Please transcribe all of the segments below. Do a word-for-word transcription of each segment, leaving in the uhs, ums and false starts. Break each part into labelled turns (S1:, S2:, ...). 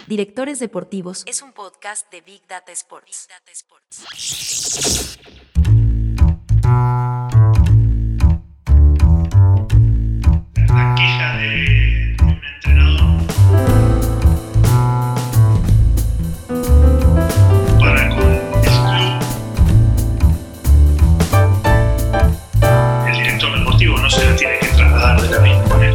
S1: Directores Deportivos es un podcast de Big Data Sports. Big Data Sports.
S2: La queja de, de un entrenador para con el club. El director deportivo no se la tiene que trasladar de la misma manera.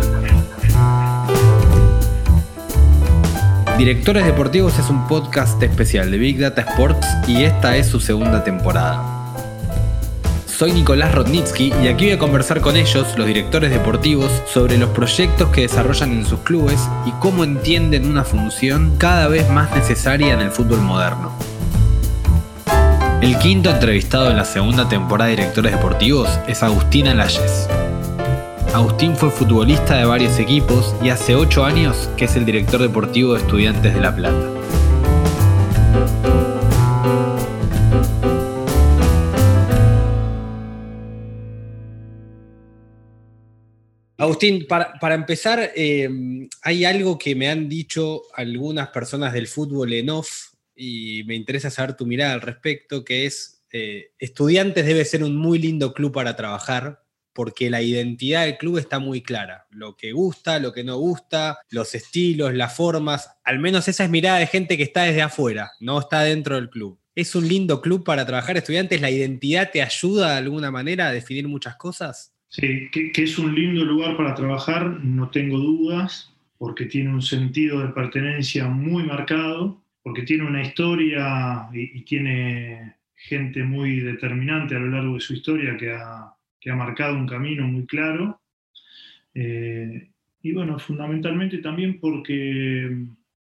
S3: Directores Deportivos es un podcast especial de Big Data Sports y esta es su segunda temporada. Soy Nicolás Rodnitsky y aquí voy a conversar con ellos, los directores deportivos, sobre los proyectos que desarrollan en sus clubes y cómo entienden una función cada vez más necesaria en el fútbol moderno. El quinto entrevistado en la segunda temporada de Directores Deportivos es Agustín Alayes. Agustín fue futbolista de varios equipos y hace ocho años que es el director deportivo de Estudiantes de La Plata. Agustín, para, para empezar, eh, hay algo que me han dicho algunas personas del fútbol en off y me interesa saber tu mirada al respecto, que es, eh, Estudiantes debe ser un muy lindo club para trabajar, porque la identidad del club está muy clara. Lo que gusta, lo que no gusta, los estilos, las formas, al menos esa es mirada de gente que está desde afuera, no está dentro del club. ¿Es un lindo club para trabajar, Estudiantes? ¿La identidad te ayuda de alguna manera a definir muchas cosas?
S2: Sí, que, que es un lindo lugar para trabajar, no tengo dudas, porque tiene un sentido de pertenencia muy marcado, porque tiene una historia y, y tiene gente muy determinante a lo largo de su historia que ha... que ha marcado un camino muy claro, eh, y bueno, fundamentalmente también porque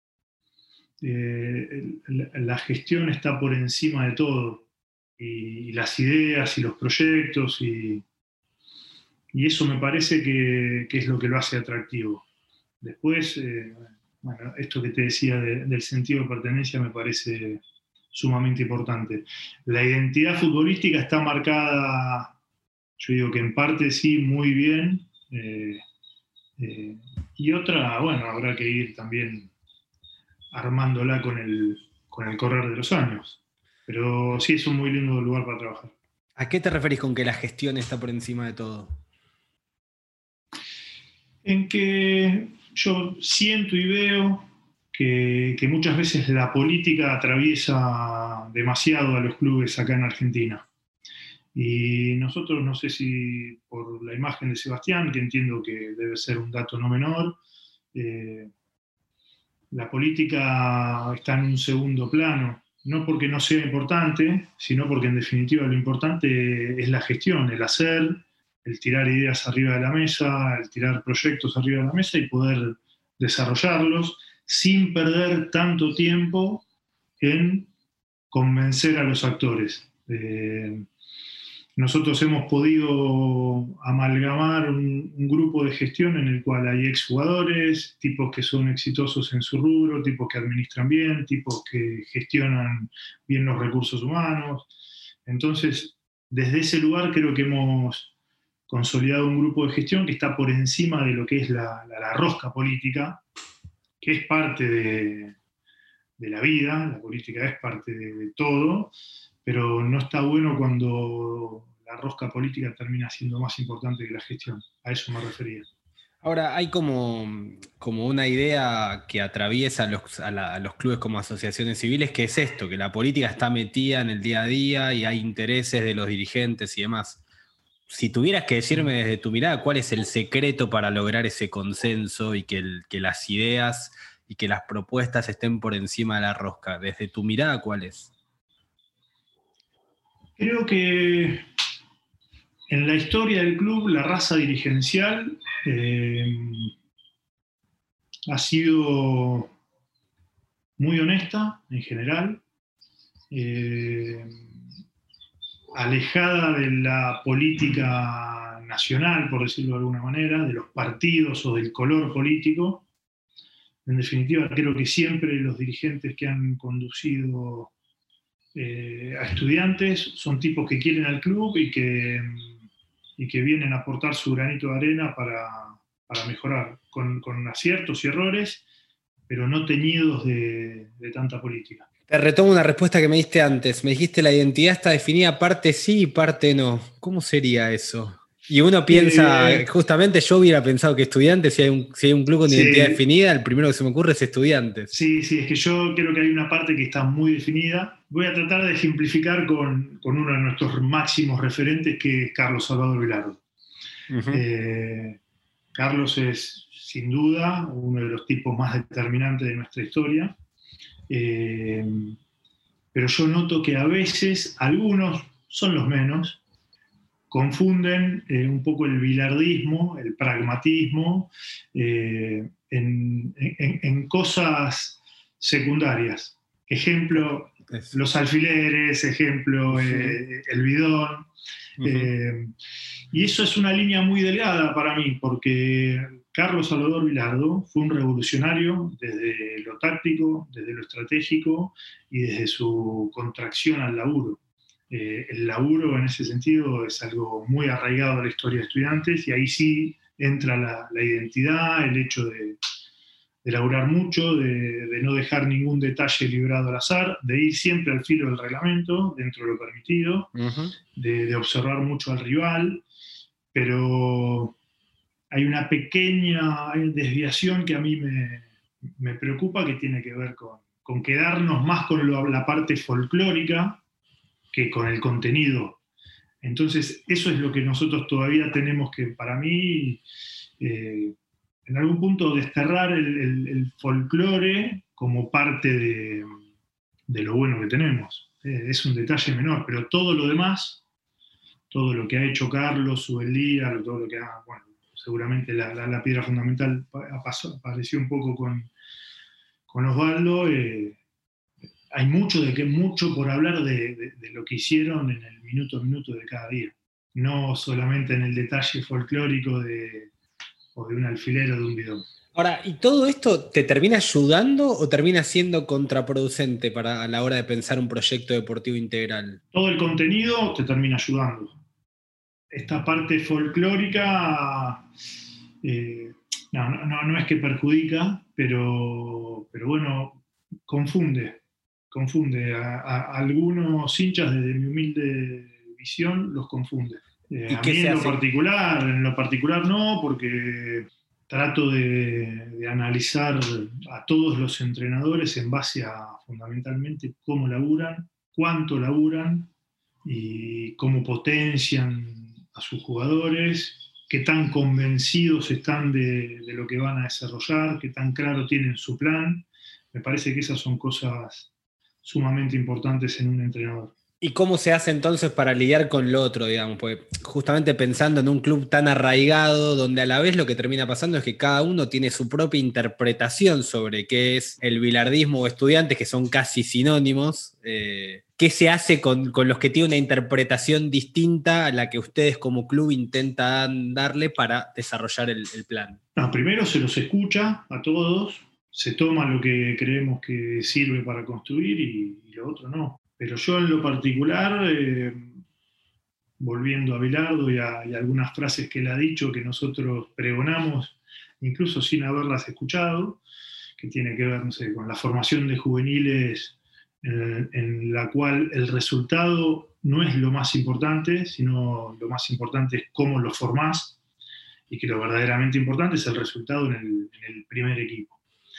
S2: eh, la, la gestión está por encima de todo, y, y las ideas y los proyectos, y, y eso me parece que, que es lo que lo hace atractivo. Después, eh, bueno, esto que te decía de, del sentido de pertenencia me parece sumamente importante. La identidad futbolística está marcada. Yo digo que en parte sí, muy bien, eh, eh, y otra, bueno, habrá que ir también armándola con el, con el correr de los años. Pero sí es un muy lindo lugar para trabajar.
S3: ¿A qué te referís con que la gestión está por encima de todo?
S2: En que yo siento y veo que, que muchas veces la política atraviesa demasiado a los clubes acá en Argentina. Y nosotros, no sé si por la imagen de Sebastián, que entiendo que debe ser un dato no menor, eh, la política está en un segundo plano, no porque no sea importante, sino porque en definitiva lo importante es la gestión, el hacer, el tirar ideas arriba de la mesa, el tirar proyectos arriba de la mesa y poder desarrollarlos sin perder tanto tiempo en convencer a los actores. Eh, Nosotros hemos podido amalgamar un, un grupo de gestión en el cual hay exjugadores, tipos que son exitosos en su rubro, tipos que administran bien, tipos que gestionan bien los recursos humanos. Entonces, desde ese lugar creo que hemos consolidado un grupo de gestión que está por encima de lo que es la, la, la rosca política, que es parte de, de la vida, la política es parte de, de todo, pero no está bueno cuando la rosca política termina siendo más importante que la gestión. A eso me refería.
S3: Ahora, hay como, como una idea que atraviesa a los, a, la, a los clubes como asociaciones civiles, que es esto, que la política está metida en el día a día y hay intereses de los dirigentes y demás. Si tuvieras que decirme desde tu mirada, ¿cuál es el secreto para lograr ese consenso y que, el, que las ideas y que las propuestas estén por encima de la rosca? Desde tu mirada, ¿cuál es?
S2: Creo que en la historia del club la raza dirigencial eh, ha sido muy honesta en general, eh, alejada de la política nacional, por decirlo de alguna manera, de los partidos o del color político. En definitiva, creo que siempre los dirigentes que han conducido eh, a Estudiantes son tipos que quieren al club y que, y que vienen a aportar su granito de arena para, para mejorar, con, con aciertos y errores, pero no teñidos de, de tanta política.
S3: Te retomo una respuesta que me diste antes. Me dijiste la identidad está definida parte sí y parte no. ¿Cómo sería eso? Y uno piensa, eh, justamente yo hubiera pensado que Estudiantes, si hay un, si hay un club con
S2: sí,
S3: identidad definida, el primero que se me ocurre es Estudiantes.
S2: Sí, sí, es que yo creo que hay una parte que está muy definida. Voy a tratar de ejemplificar con, con uno de nuestros máximos referentes, que es Carlos Salvador Vilardo. Uh-huh. eh, Carlos es, sin duda, uno de los tipos más determinantes de nuestra historia. Eh, pero yo noto que a veces algunos, son los menos, confunden eh, un poco el bilardismo, el pragmatismo, eh, en, en, en cosas secundarias. Ejemplo, Eso. los alfileres, ejemplo, uh-huh. eh, el bidón. Uh-huh. Eh, y eso es una línea muy delgada para mí, porque Carlos Salvador Vilardo fue un revolucionario desde lo táctico, desde lo estratégico y desde su contracción al laburo. Eh, el laburo en ese sentido es algo muy arraigado a la historia de Estudiantes, y ahí sí entra la, la identidad, el hecho de, de laburar mucho, de, de no dejar ningún detalle librado al azar, de ir siempre al filo del reglamento, dentro de lo permitido, uh-huh. de, de observar mucho al rival, pero hay una pequeña desviación que a mí me, me preocupa, que tiene que ver con, con quedarnos más con lo, la parte folclórica que con el contenido. Entonces, eso es lo que nosotros todavía tenemos que, para mí, eh, en algún punto desterrar el, el, el folclore como parte de, de lo bueno que tenemos. Eh, es un detalle menor, pero todo lo demás, todo lo que ha hecho Carlos, Subeldía, todo lo que ha, bueno, seguramente la, la, la piedra fundamental apareció un poco con, con Osvaldo. Eh, hay mucho, de que, mucho por hablar de, de, de lo que hicieron en el minuto a minuto de cada día. No solamente en el detalle folclórico de, o de un alfiler o de un bidón.
S3: Ahora, ¿y todo esto te termina ayudando o termina siendo contraproducente para a la hora de pensar un proyecto deportivo integral?
S2: Todo el contenido te termina ayudando. Esta parte folclórica eh, no, no, no es que perjudica, pero, pero bueno, confunde. confunde a, a algunos hinchas, desde mi humilde visión, los confunde. Eh, a mí en lo particular, en lo particular no, porque trato de, de analizar a todos los entrenadores en base a fundamentalmente cómo laburan, cuánto laburan y cómo potencian a sus jugadores, qué tan convencidos están de, de lo que van a desarrollar, qué tan claro tienen su plan. Me parece que esas son cosas sumamente importantes en un entrenador.
S3: ¿Y cómo se hace entonces para lidiar con lo otro, digamos? Porque justamente pensando en un club tan arraigado, donde a la vez lo que termina pasando es que cada uno tiene su propia interpretación sobre qué es el bilardismo o Estudiantes, que son casi sinónimos. Eh, ¿Qué se hace con, con los que tienen una interpretación distinta a la que ustedes como club intentan darle para desarrollar el, el plan?
S2: No, primero se los escucha a todos, se toma lo que creemos que sirve para construir y, y lo otro no. Pero yo en lo particular, eh, volviendo a Vilardo y a, y a algunas frases que él ha dicho, que nosotros pregonamos, incluso sin haberlas escuchado, que tiene que ver, no sé, con la formación de juveniles, en, en la cual el resultado no es lo más importante, sino lo más importante es cómo lo formás, y que lo verdaderamente importante es el resultado en el, en el primer equipo.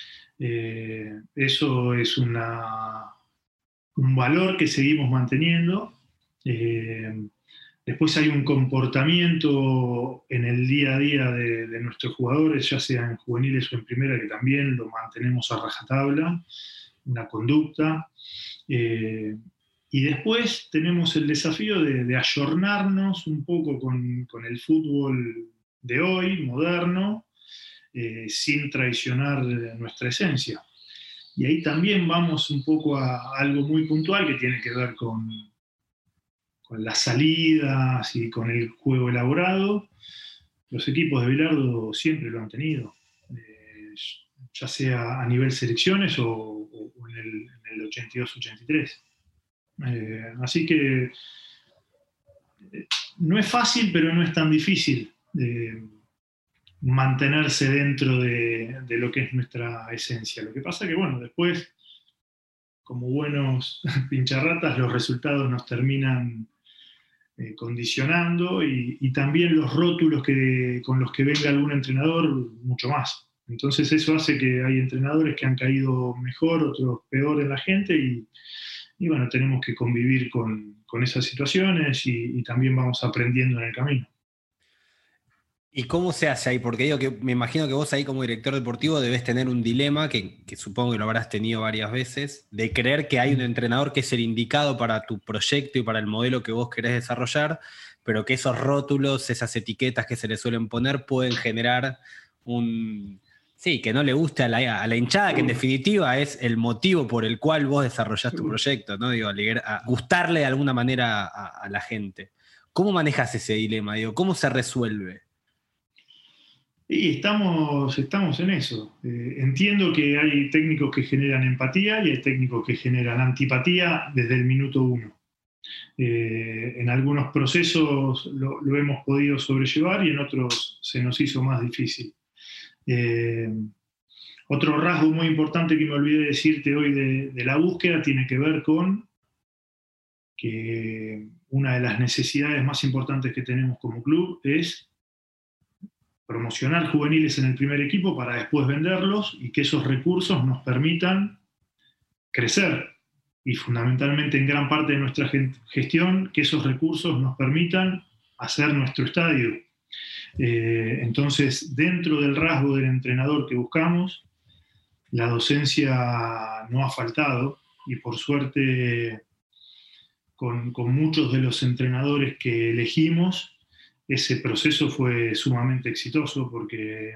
S2: Eh, eso es una... un valor que seguimos manteniendo. Eh, después hay un comportamiento en el día a día de, de nuestros jugadores, ya sea en juveniles o en primera, que también lo mantenemos a rajatabla, una conducta. Eh, y después tenemos el desafío de, de ayornarnos un poco con, con el fútbol de hoy, moderno, eh, sin traicionar nuestra esencia. Y ahí también vamos un poco a algo muy puntual que tiene que ver con, con las salidas y con el juego elaborado. Los equipos de Vilardo siempre lo han tenido, eh, ya sea a nivel selecciones o, o en, el, en el ochenta y dos ochenta y tres. Eh, así que eh, no es fácil, pero no es tan difícil. Eh, mantenerse dentro de, de lo que es nuestra esencia. Lo que pasa que, bueno, después, como buenos pincharratas, los resultados nos terminan eh, condicionando y, y también los rótulos que, con los que venga algún entrenador, mucho más. Entonces eso hace que hay entrenadores que han caído mejor, otros peor en la gente y, y bueno, tenemos que convivir con, con esas situaciones y, y también vamos aprendiendo en el camino.
S3: ¿Y cómo se hace ahí? Porque digo que me imagino que vos ahí como director deportivo debés tener un dilema, que, que supongo que lo habrás tenido varias veces, de creer que hay un entrenador que es el indicado para tu proyecto y para el modelo que vos querés desarrollar, pero que esos rótulos, esas etiquetas que se le suelen poner pueden generar un... Sí, que no le guste a la, a la hinchada, que en definitiva es el motivo por el cual vos desarrollás tu proyecto, ¿no? Digo, a, a gustarle de alguna manera a, a la gente. ¿Cómo manejas ese dilema? Digo, ¿cómo se resuelve?
S2: Y estamos, estamos en eso. Eh, entiendo que hay técnicos que generan empatía y hay técnicos que generan antipatía desde el minuto uno. Eh, en algunos procesos lo, lo hemos podido sobrellevar y en otros se nos hizo más difícil. Eh, otro rasgo muy importante que me olvidé decirte hoy de, de la búsqueda tiene que ver con que una de las necesidades más importantes que tenemos como club es promocionar juveniles en el primer equipo para después venderlos y que esos recursos nos permitan crecer y fundamentalmente en gran parte de nuestra gestión que esos recursos nos permitan hacer nuestro estadio. Eh, entonces, dentro del rasgo del entrenador que buscamos, la docencia no ha faltado y por suerte con, con muchos de los entrenadores que elegimos, ese proceso fue sumamente exitoso porque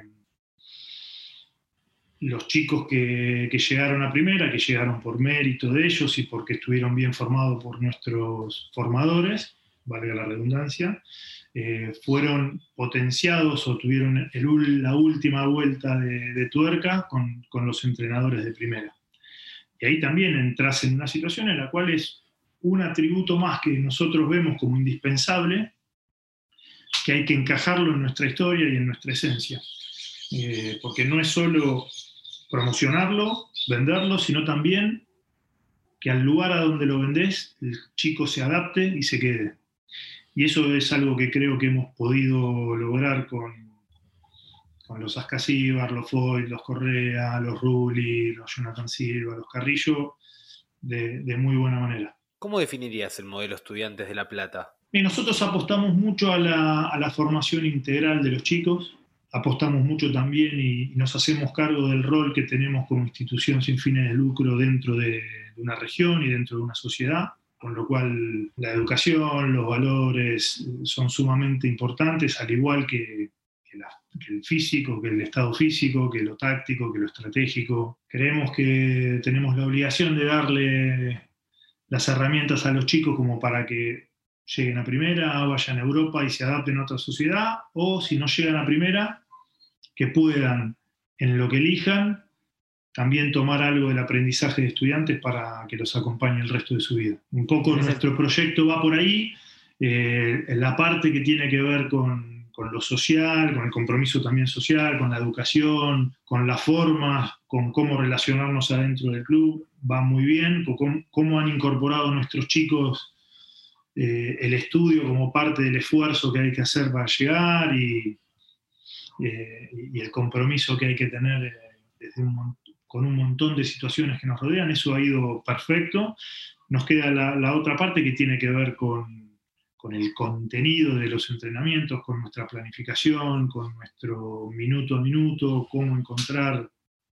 S2: los chicos que, que llegaron a primera, que llegaron por mérito de ellos y porque estuvieron bien formados por nuestros formadores, valga la redundancia, eh, fueron potenciados o tuvieron el, la última vuelta de, de tuerca con, con los entrenadores de primera. Y ahí también entras en una situación en la cual es un atributo más que nosotros vemos como indispensable, que hay que encajarlo en nuestra historia y en nuestra esencia. Eh, porque no es solo promocionarlo, venderlo, sino también que al lugar a donde lo vendés, el chico se adapte y se quede. Y eso es algo que creo que hemos podido lograr con, con los Ascasíbar, los Foyt, los Correa, los Rulli, los Jonathan Silva, los Carrillo, de, de muy buena manera.
S3: ¿Cómo definirías el modelo Estudiantes de La Plata?
S2: Y nosotros apostamos mucho a la, a la formación integral de los chicos, apostamos mucho también y, y nos hacemos cargo del rol que tenemos como institución sin fines de lucro dentro de, de una región y dentro de una sociedad, con lo cual la educación, los valores son sumamente importantes, al igual que, que, la, que el físico, que el estado físico, que lo táctico, que lo estratégico. Creemos que tenemos la obligación de darle las herramientas a los chicos como para que lleguen a primera, vayan a Europa y se adapten a otra sociedad, o si no llegan a primera, que puedan, en lo que elijan, también tomar algo del aprendizaje de estudiantes para que los acompañe el resto de su vida. Un poco nuestro proyecto va por ahí, eh, en la parte que tiene que ver con, con lo social, con el compromiso también social, con la educación, con las formas, con cómo relacionarnos adentro del club, va muy bien, con cómo han incorporado nuestros chicos eh, el estudio como parte del esfuerzo que hay que hacer para llegar y, eh, y el compromiso que hay que tener eh, desde un, con un montón de situaciones que nos rodean. Eso ha ido perfecto. Nos queda la, la otra parte que tiene que ver con, con el contenido de los entrenamientos, con nuestra planificación, con nuestro minuto a minuto, cómo encontrar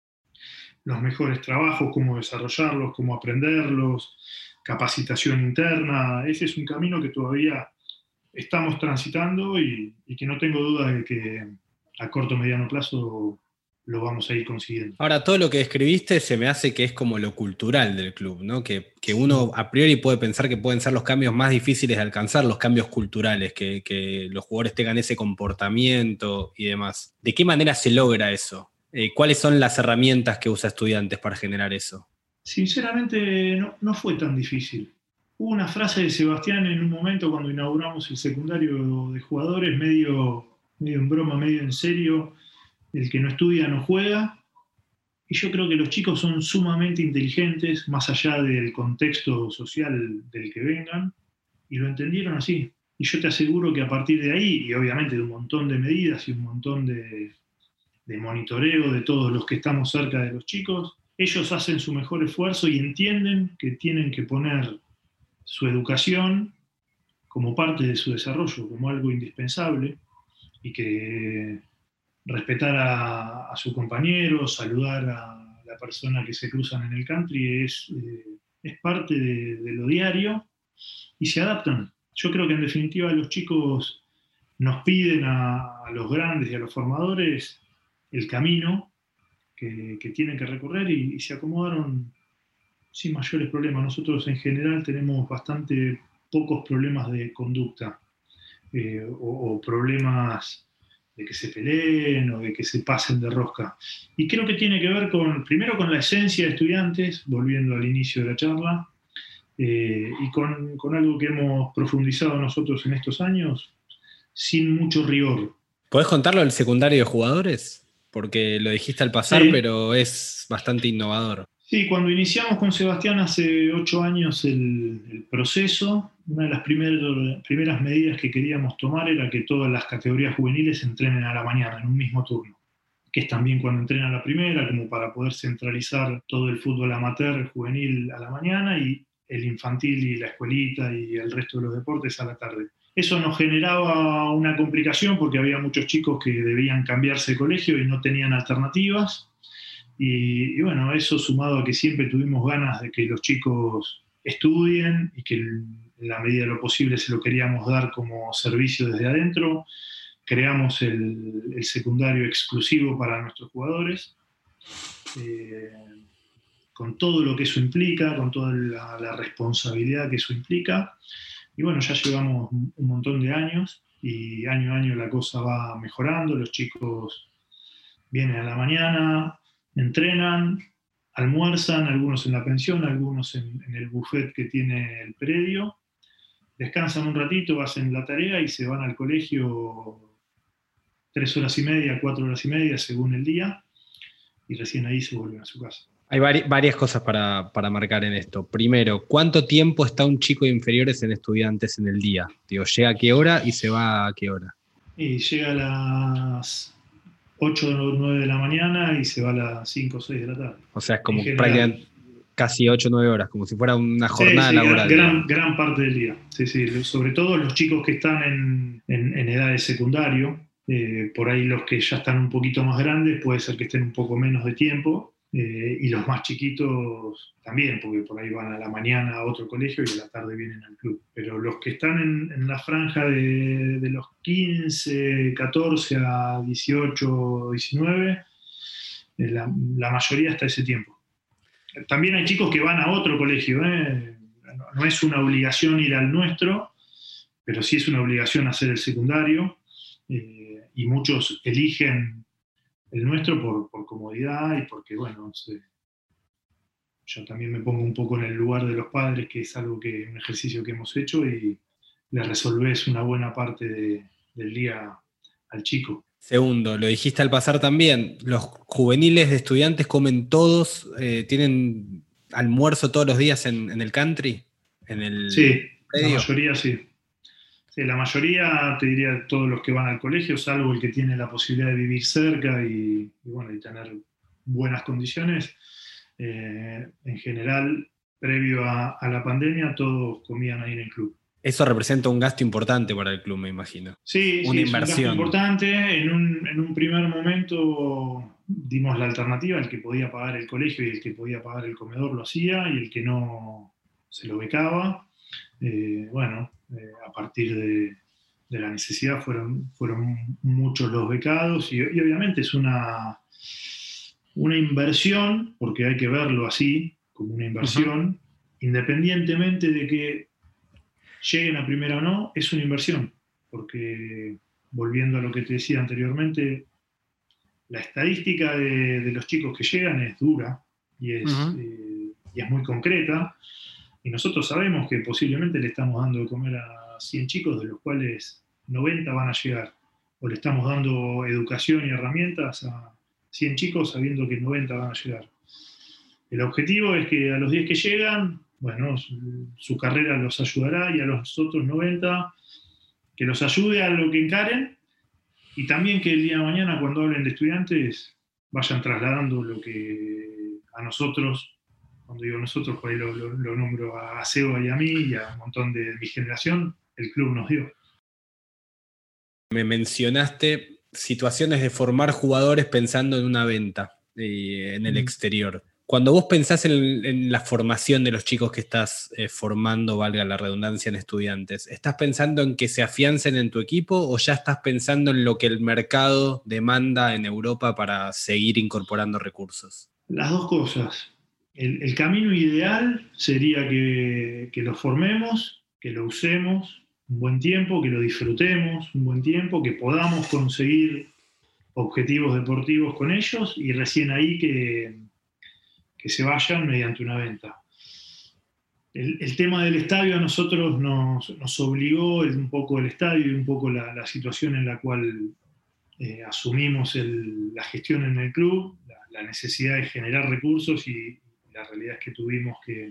S2: los mejores trabajos, cómo desarrollarlos, cómo aprenderlos, capacitación interna. Ese es un camino que todavía estamos transitando y, y que no tengo duda de que a corto o mediano plazo lo vamos a ir consiguiendo.
S3: Ahora, todo lo que describiste se me hace que es como lo cultural del club, ¿no? Que, que uno a priori puede pensar que pueden ser los cambios más difíciles de alcanzar, los cambios culturales, que, que los jugadores tengan ese comportamiento y demás. ¿De qué manera se logra eso? Eh, ¿Cuáles son las herramientas que usa Estudiantes para generar eso?
S2: Sinceramente, no, no fue tan difícil. Hubo una frase de Sebastián en un momento cuando inauguramos el secundario de jugadores, medio, medio en broma, medio en serio, el que no estudia no juega, y yo creo que los chicos son sumamente inteligentes, más allá del contexto social del que vengan, y lo entendieron así. Y yo te aseguro que a partir de ahí, y obviamente de un montón de medidas y un montón de, de monitoreo de todos los que estamos cerca de los chicos, ellos hacen su mejor esfuerzo y entienden que tienen que poner su educación como parte de su desarrollo, como algo indispensable, y que respetar a, a su compañero, saludar a la persona que se cruzan en el country es, eh, es parte de, de lo diario, y se adaptan. Yo creo que en definitiva los chicos nos piden a, a los grandes y a los formadores el camino que, que tienen que recorrer, y, y se acomodaron sin mayores problemas. Nosotros en general tenemos bastante pocos problemas de conducta, eh, o, o problemas de que se peleen o de que se pasen de rosca. Y creo que tiene que ver con, primero con la esencia de Estudiantes, volviendo al inicio de la charla, eh, y con, con algo que hemos profundizado nosotros en estos años, sin mucho rigor.
S3: ¿Podés contarlo del secundario de jugadores? Porque lo dijiste al pasar,
S2: Sí.
S3: Pero es bastante innovador.
S2: Sí, cuando iniciamos con Sebastián hace ocho años el, el proceso, una de las primer, primeras medidas que queríamos tomar era que todas las categorías juveniles entrenen a la mañana, en un mismo turno, que es también cuando entrenan la primera, como para poder centralizar todo el fútbol amateur juvenil a la mañana y el infantil y la escuelita y el resto de los deportes a la tarde. Eso nos generaba una complicación porque había muchos chicos que debían cambiarse de colegio y no tenían alternativas. Y, y bueno, eso sumado a que siempre tuvimos ganas de que los chicos estudien y que en la medida de lo posible se lo queríamos dar como servicio desde adentro, creamos el, el secundario exclusivo para nuestros jugadores, eh, con todo lo que eso implica, con toda la, la responsabilidad que eso implica. Y bueno, ya llevamos un montón de años y año a año la cosa va mejorando, los chicos vienen a la mañana, entrenan, almuerzan, algunos en la pensión, algunos en, en el buffet que tiene el predio, descansan un ratito, hacen la tarea y se van al colegio tres horas y media, cuatro horas y media, según el día, y recién ahí se vuelven a su casa.
S3: Hay vari- varias cosas para, para marcar en esto. Primero, ¿cuánto tiempo está un chico de inferiores en Estudiantes en el día? Digo, ¿llega a qué hora y se va a qué hora?
S2: Y llega a las ocho o nueve de la mañana y se va a las cinco o seis de la tarde.
S3: O sea, es como
S2: En
S3: prácticamente casi ocho o nueve horas, como si fuera una jornada
S2: sí, sí,
S3: laboral.
S2: Gran, gran parte del día. Sí, sí. Sobre todo los chicos que están en, en, en edad de secundario, eh, por ahí los que ya están un poquito más grandes, puede ser que estén un poco menos de tiempo, eh, y los más chiquitos también, porque por ahí van a la mañana a otro colegio y a la tarde vienen al club. Pero los que están en, en la franja de, de los quince, catorce a dieciocho, diecinueve, eh, la, la mayoría está ese tiempo. También hay chicos que van a otro colegio, ¿eh? no, no es una obligación ir al nuestro, pero sí es una obligación hacer el secundario, eh, y muchos eligen el nuestro por, por comodidad y porque, bueno, no sé, yo también me pongo un poco en el lugar de los padres, que es algo que, un ejercicio que hemos hecho, y le resolvés una buena parte de, del día al chico.
S3: Segundo, lo dijiste al pasar también, los juveniles de Estudiantes comen todos, eh, tienen almuerzo todos los días en, en el country, en el
S2: Sí,
S3: predio.
S2: La mayoría sí. Sí, la mayoría, te diría, todos los que van al colegio, salvo el que tiene la posibilidad de vivir cerca y, y, bueno, y tener buenas condiciones. Eh, en general, previo a, a la pandemia, todos comían ahí en el club.
S3: Eso representa un gasto importante para el club, me imagino.
S2: Sí,
S3: una
S2: sí,
S3: inversión.
S2: Es un gasto importante. En un, en un primer momento dimos la alternativa, el que podía pagar el colegio y el que podía pagar el comedor lo hacía, y el que no se lo becaba. Eh, bueno, eh, a partir de, de la necesidad fueron, fueron muchos los becados, y, y obviamente es una, una inversión, porque hay que verlo así, como una inversión, uh-huh. Independientemente de que lleguen a primera o no, es una inversión, porque volviendo a lo que te decía anteriormente, la estadística de, de los chicos que llegan es dura y es, uh-huh. eh, y es muy concreta, y nosotros sabemos que posiblemente le estamos dando de comer a cien chicos, de los cuales noventa van a llegar, o le estamos dando educación y herramientas a cien chicos sabiendo que noventa van a llegar. El objetivo es que a los diez que llegan, bueno, su, su carrera los ayudará, y a los otros noventa que los ayude a lo que encaren, y también que el día de mañana, cuando hablen de estudiantes, vayan trasladando lo que a nosotros, cuando digo nosotros, por ahí lo, lo, lo nombro a Seba y a mí y a un montón de mi generación, el club nos dio.
S3: Me mencionaste situaciones de formar jugadores pensando en una venta eh, en el mm. exterior. Cuando vos pensás en, en la formación de los chicos que estás eh, formando, valga la redundancia, en estudiantes, ¿estás pensando en que se afiancen en tu equipo o ya estás pensando en lo que el mercado demanda en Europa para seguir incorporando recursos?
S2: Las dos cosas. El, el camino ideal sería que, que lo formemos, que lo usemos un buen tiempo, que lo disfrutemos un buen tiempo, que podamos conseguir objetivos deportivos con ellos y recién ahí que, que se vayan mediante una venta. El, el tema del estadio a nosotros nos, nos obligó un poco el estadio y un poco la, la situación en la cual eh, asumimos el, la gestión en el club, la, la necesidad de generar recursos, y la realidad es que tuvimos que,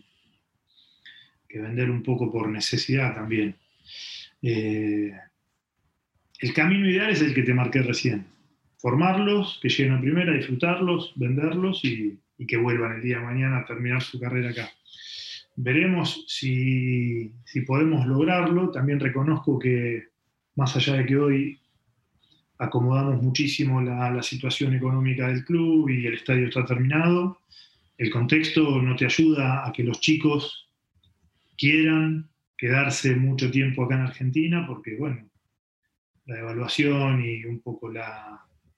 S2: que vender un poco por necesidad también. Eh, el camino ideal es el que te marqué recién. Formarlos, que lleguen a primera, disfrutarlos, venderlos y, y que vuelvan el día de mañana a terminar su carrera acá. Veremos si, si podemos lograrlo. También reconozco que, más allá de que hoy acomodamos muchísimo la, la situación económica del club y el estadio está terminado, el contexto no te ayuda a que los chicos quieran quedarse mucho tiempo acá en Argentina, porque, bueno, la devaluación y un poco la,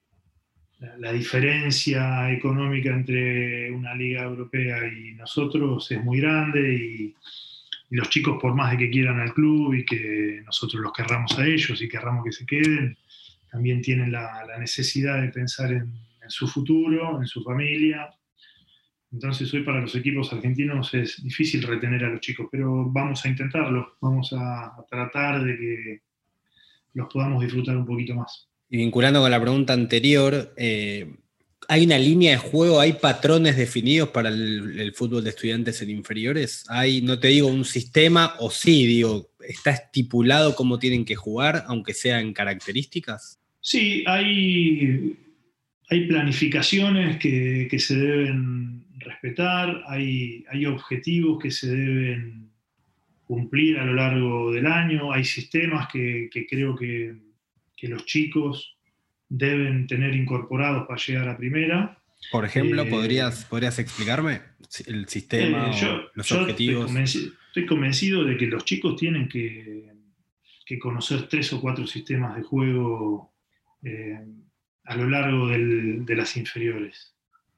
S2: la, la diferencia económica entre una liga europea y nosotros es muy grande, y, y los chicos, por más de que quieran al club y que nosotros los querramos a ellos y querramos que se queden, también tienen la, la necesidad de pensar en, en su futuro, en su familia. Entonces hoy para los equipos argentinos es difícil retener a los chicos, pero vamos a intentarlo, vamos a, a tratar de que los podamos disfrutar un poquito más.
S3: Y vinculando con la pregunta anterior, eh, ¿hay una línea de juego, hay patrones definidos para el, el fútbol de estudiantes en inferiores? ¿Hay, no te digo un sistema, o sí, digo, está estipulado cómo tienen que jugar, aunque sea en características?
S2: Sí, hay, hay planificaciones que, que se deben respetar, hay, hay objetivos que se deben cumplir a lo largo del año, hay sistemas que, que creo que, que los chicos deben tener incorporados para llegar a primera.
S3: Por ejemplo, eh, ¿podrías, ¿podrías explicarme el sistema eh, yo, o los yo objetivos?
S2: Estoy convencido, estoy convencido de que los chicos tienen que, que conocer tres o cuatro sistemas de juego eh, a lo largo del, de las inferiores.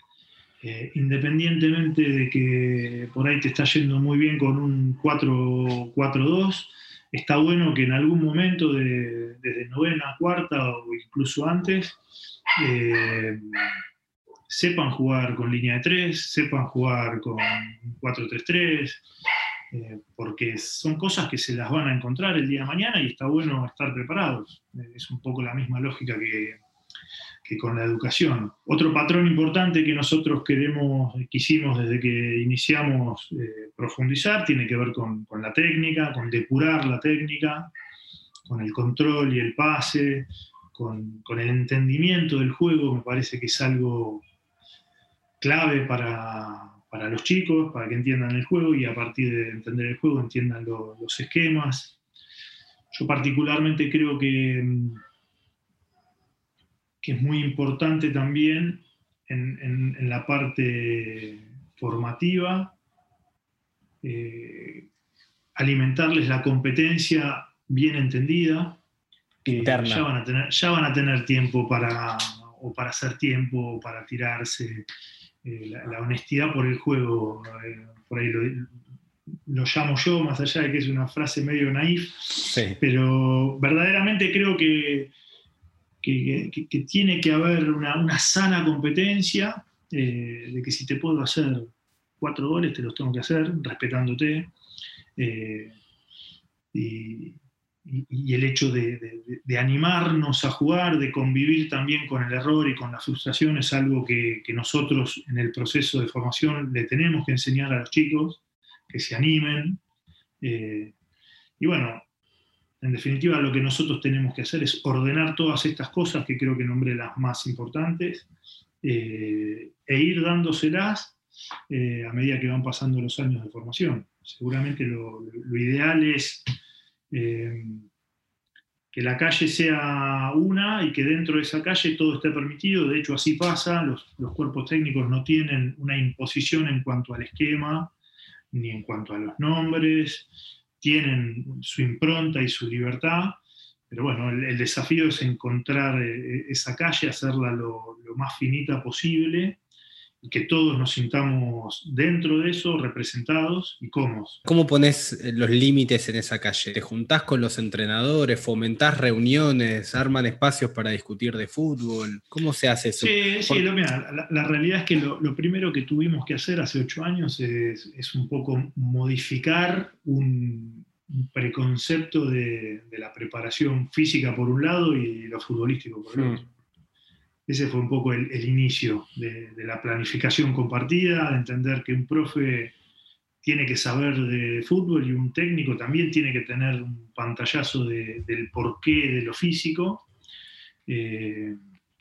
S2: Eh, independientemente de que por ahí te está yendo muy bien con un cuatro cuatro dos, está bueno que en algún momento, de, desde novena, cuarta o incluso antes, eh, sepan jugar con línea de tres, sepan jugar con cuatro tres tres, eh, porque son cosas que se las van a encontrar el día de mañana y está bueno estar preparados. Es un poco la misma lógica que, que con la educación. Otro patrón importante que nosotros queremos, quisimos desde que iniciamos eh, profundizar, tiene que ver con, con la técnica, con depurar la técnica, con el control y el pase, con, con el entendimiento del juego. Me parece que es algo clave para, para los chicos, para que entiendan el juego y a partir de entender el juego entiendan lo, los esquemas. Yo particularmente creo que que es muy importante también en, en, en la parte formativa, eh, alimentarles la competencia bien entendida, que ya van, a tener, ya van a tener tiempo para, o para hacer tiempo, o para tirarse, eh, la, la honestidad por el juego, eh, por ahí lo, lo llamo yo, más allá de que es una frase medio naif, sí. Pero verdaderamente creo que Que, que, que tiene que haber una, una sana competencia, eh, de que si te puedo hacer cuatro goles, te los tengo que hacer, respetándote. Eh, y, y, y el hecho de, de, de animarnos a jugar, de convivir también con el error y con la frustración, es algo que, que nosotros en el proceso de formación le tenemos que enseñar a los chicos, que se animen. Eh, y bueno, en definitiva, lo que nosotros tenemos que hacer es ordenar todas estas cosas, que creo que nombré las más importantes, eh, e ir dándoselas eh, a medida que van pasando los años de formación. Seguramente lo, lo ideal es eh, que la calle sea una y que dentro de esa calle todo esté permitido. De hecho, así pasa. Los, los cuerpos técnicos no tienen una imposición en cuanto al esquema, ni en cuanto a los nombres. Tienen su impronta y su libertad, pero bueno, el, el desafío es encontrar eh, esa calle, hacerla lo, lo más finita posible, y que todos nos sintamos dentro de eso, representados y cómodos.
S3: ¿Cómo pones los límites en esa calle? ¿Te juntás con los entrenadores, fomentás reuniones, arman espacios para discutir de fútbol? ¿Cómo se hace eso?
S2: Sí, sí, lo, mira, la, la realidad es que lo, lo primero que tuvimos que hacer hace ocho años es, es un poco modificar un, un preconcepto de, de la preparación física por un lado y lo futbolístico por el otro. Mm. Ese fue un poco el, el inicio de, de la planificación compartida, de entender que un profe tiene que saber de fútbol y un técnico también tiene que tener un pantallazo de, del porqué de lo físico. Eh,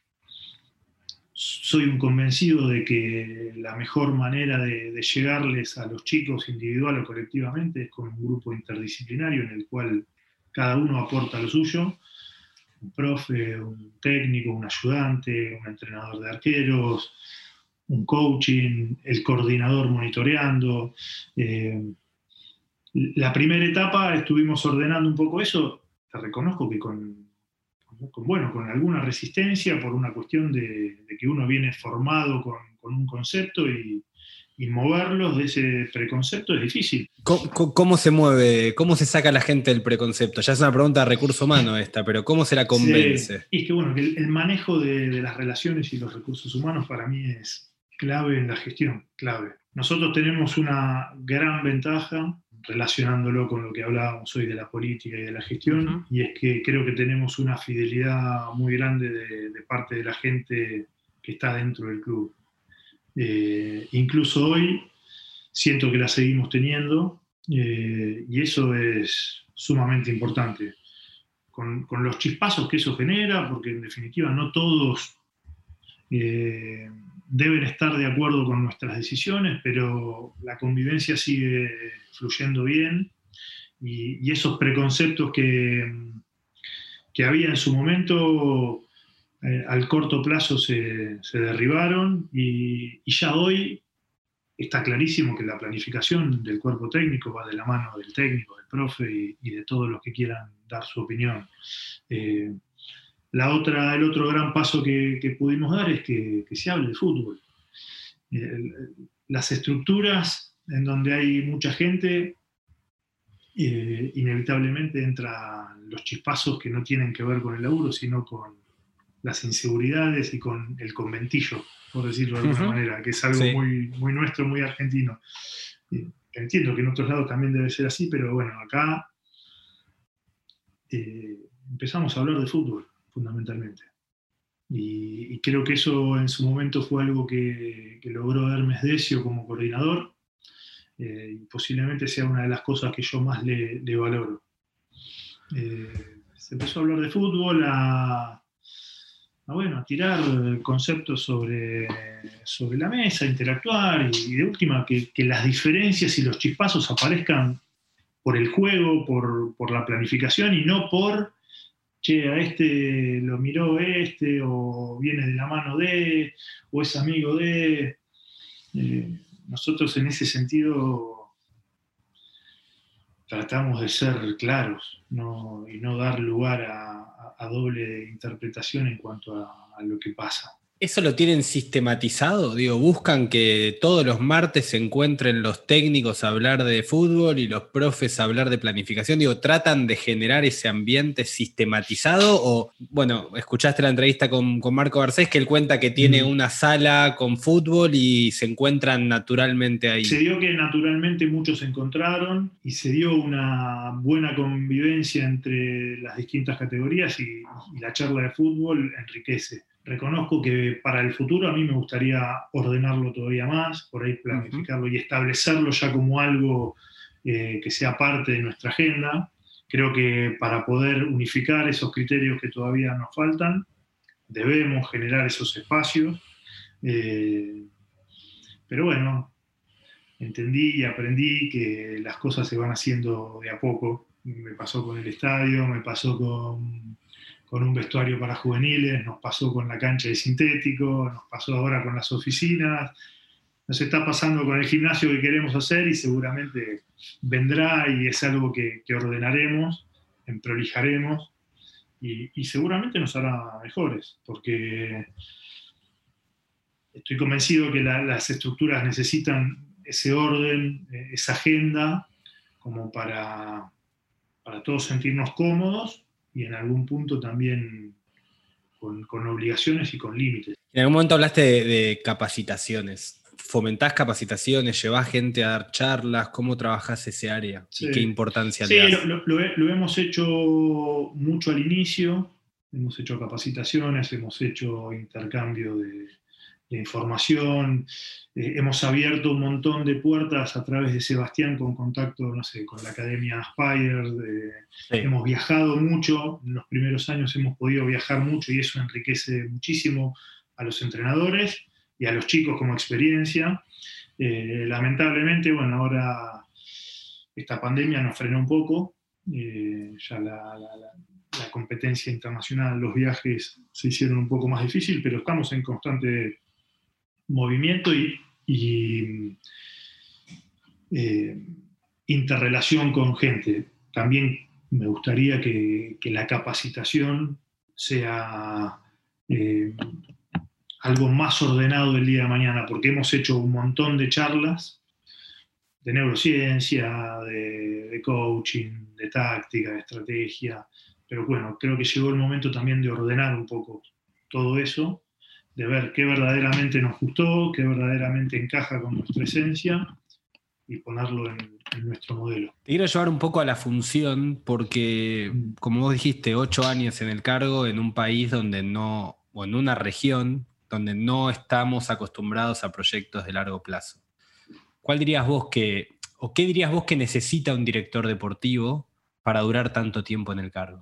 S2: soy un convencido de que la mejor manera de, de llegarles a los chicos individual o colectivamente es con un grupo interdisciplinario en el cual cada uno aporta lo suyo. Un profe, un técnico, un ayudante, un entrenador de arqueros, un coaching, el coordinador monitoreando. Eh, la primera etapa estuvimos ordenando un poco eso. Te reconozco que con, con, bueno, con alguna resistencia por una cuestión de, de que uno viene formado con, con un concepto y, y moverlos de ese preconcepto es difícil.
S3: ¿Cómo, ¿Cómo se mueve? ¿Cómo se saca a la gente del preconcepto? Ya es una pregunta de recurso humano esta, pero ¿cómo se la convence?
S2: Sí. Y es que bueno, que el, el manejo de, de las relaciones y los recursos humanos para mí es clave en la gestión, clave. Nosotros tenemos una gran ventaja, relacionándolo con lo que hablábamos hoy de la política y de la gestión, uh-huh. y es que creo que tenemos una fidelidad muy grande de, de parte de la gente que está dentro del club. Eh, incluso hoy siento que la seguimos teniendo, eh, y eso es sumamente importante. Con, con los chispazos que eso genera, porque en definitiva no todos eh, deben estar de acuerdo con nuestras decisiones, pero la convivencia sigue fluyendo bien, y, y esos preconceptos que, que había en su momento eh, al corto plazo se, se derribaron, y, y ya hoy está clarísimo que la planificación del cuerpo técnico va de la mano del técnico, del profe y, y de todos los que quieran dar su opinión. Eh, la otra, el otro gran paso que, que pudimos dar es que, que se hable de fútbol. Eh, las estructuras en donde hay mucha gente, eh, inevitablemente entran los chispazos que no tienen que ver con el laburo, sino con las inseguridades y con el conventillo, por decirlo de alguna uh-huh. manera, que es algo sí. muy, muy nuestro, muy argentino. Eh, entiendo que en otros lados también debe ser así, pero bueno, acá eh, empezamos a hablar de fútbol, fundamentalmente. Y, y creo que eso en su momento fue algo que, que logró Hermes Decio como coordinador, eh, y posiblemente sea una de las cosas que yo más le, le valoro. Eh, se empezó a hablar de fútbol, a... A, bueno, a tirar conceptos sobre, sobre la mesa, interactuar, y, y de última que, que las diferencias y los chispazos aparezcan por el juego, por, por la planificación, y no por, che, a este lo miró este, o viene de la mano de, o es amigo de. Eh, nosotros en ese sentido tratamos de ser claros, ¿no? Y no dar lugar a, a, a doble interpretación en cuanto a, a lo que pasa.
S3: ¿Eso lo tienen sistematizado? Digo, buscan que todos los martes se encuentren los técnicos a hablar de fútbol y los profes a hablar de planificación. Digo, ¿tratan de generar ese ambiente sistematizado? O, bueno, escuchaste la entrevista con, con Marco Garcés, que él cuenta que tiene mm. una sala con fútbol y se encuentran naturalmente ahí.
S2: Se dio que naturalmente muchos se encontraron y se dio una buena convivencia entre las distintas categorías y, y la charla de fútbol enriquece. Reconozco que para el futuro a mí me gustaría ordenarlo todavía más, por ahí planificarlo uh-huh. y establecerlo ya como algo eh, que sea parte de nuestra agenda. Creo que para poder unificar esos criterios que todavía nos faltan, debemos generar esos espacios. Eh, pero bueno, entendí y aprendí que las cosas se van haciendo de a poco. Me pasó con el estadio, me pasó con... con un vestuario para juveniles, nos pasó con la cancha de sintético, nos pasó ahora con las oficinas, nos está pasando con el gimnasio que queremos hacer y seguramente vendrá y es algo que, que ordenaremos, emprolijaremos y, y seguramente nos hará mejores, porque estoy convencido que la, las estructuras necesitan ese orden, esa agenda, como para, para todos sentirnos cómodos, y en algún punto también con, con obligaciones y con límites.
S3: En algún momento hablaste de, de capacitaciones. ¿Fomentás capacitaciones? ¿Llevás gente a dar charlas? ¿Cómo trabajás ese área?
S2: Sí.
S3: ¿Y qué importancia
S2: sí,
S3: le das?
S2: Lo, lo, lo hemos hecho mucho al inicio. Hemos hecho capacitaciones, hemos hecho intercambio de, de información. Eh, hemos abierto un montón de puertas a través de Sebastián con contacto, no sé, con la Academia Aspire. De, sí. Hemos viajado mucho, en los primeros años hemos podido viajar mucho y eso enriquece muchísimo a los entrenadores y a los chicos como experiencia. Eh, lamentablemente, bueno, ahora esta pandemia nos frenó un poco, eh, ya la, la, la, la competencia internacional, los viajes se hicieron un poco más difícil, pero estamos en constante movimiento y, y eh, interrelación con gente. También me gustaría que, que la capacitación sea eh, algo más ordenado el día de mañana, porque hemos hecho un montón de charlas de neurociencia, de, de coaching, de táctica, de estrategia, pero bueno, creo que llegó el momento también de ordenar un poco todo eso, de ver qué verdaderamente nos gustó, qué verdaderamente encaja con nuestra esencia y ponerlo en, en nuestro modelo.
S3: Te quiero llevar un poco a la función porque, mm. como vos dijiste, ocho años en el cargo en un país donde no, o en una región donde no estamos acostumbrados a proyectos de largo plazo. ¿Cuál dirías vos que, o qué dirías vos que necesita un director deportivo para durar tanto tiempo en el cargo?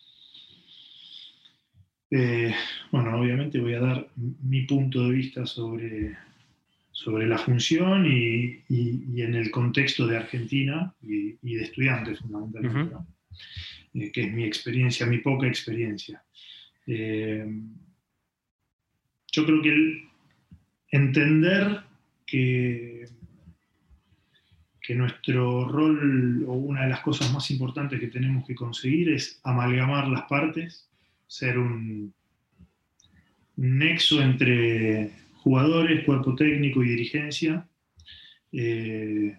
S2: Eh, bueno, obviamente voy a dar mi punto de vista sobre, sobre la función y, y, y en el contexto de Argentina y, y de estudiantes fundamentalmente, uh-huh. ¿no? eh, que es mi experiencia, mi poca experiencia. Eh, yo creo que el entender que, que nuestro rol o una de las cosas más importantes que tenemos que conseguir es amalgamar las partes, ser un, un nexo entre jugadores, cuerpo técnico y dirigencia, eh,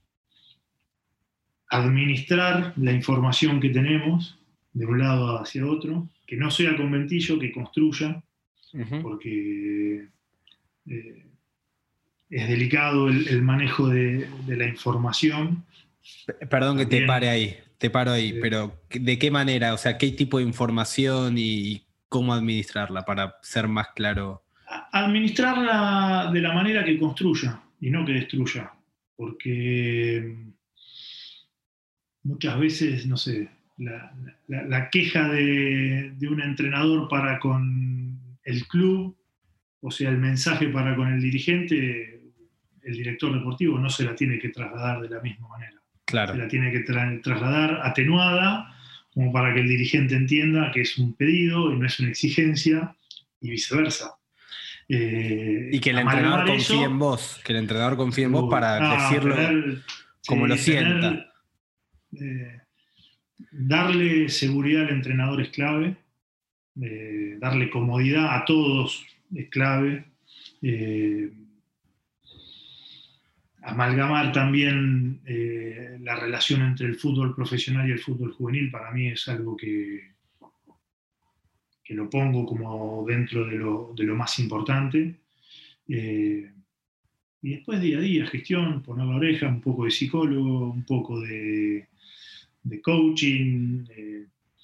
S2: administrar la información que tenemos de un lado hacia otro, que no sea conventillo, que construya, uh-huh. porque eh, es delicado el, el manejo de, de la información.
S3: Perdón También, que te pare ahí, te paro ahí, eh, pero ¿de qué manera? O sea, ¿qué tipo de información y cómo administrarla para ser más claro?
S2: Administrarla de la manera que construya y no que destruya, porque muchas veces, no sé, la, la, la queja de, de un entrenador para con el club, o sea, el mensaje para con el dirigente, el director deportivo no se la tiene que trasladar de la misma manera.
S3: Claro.
S2: Se la tiene que tra- trasladar atenuada, como para que el dirigente entienda que es un pedido y no es una exigencia, y viceversa.
S3: Eh, y que el entrenador confíe eso, en vos, que el entrenador confíe en vos para ah, decirlo tener, como sí, lo sienta.
S2: Tener, eh, darle seguridad al entrenador es clave, eh, darle comodidad a todos es clave. Eh, amalgamar también eh, la relación entre el fútbol profesional y el fútbol juvenil para mí es algo que, que lo pongo como dentro de lo, de lo más importante. Eh, y después día a día, gestión, poner la oreja, un poco de psicólogo, un poco de, de coaching, eh,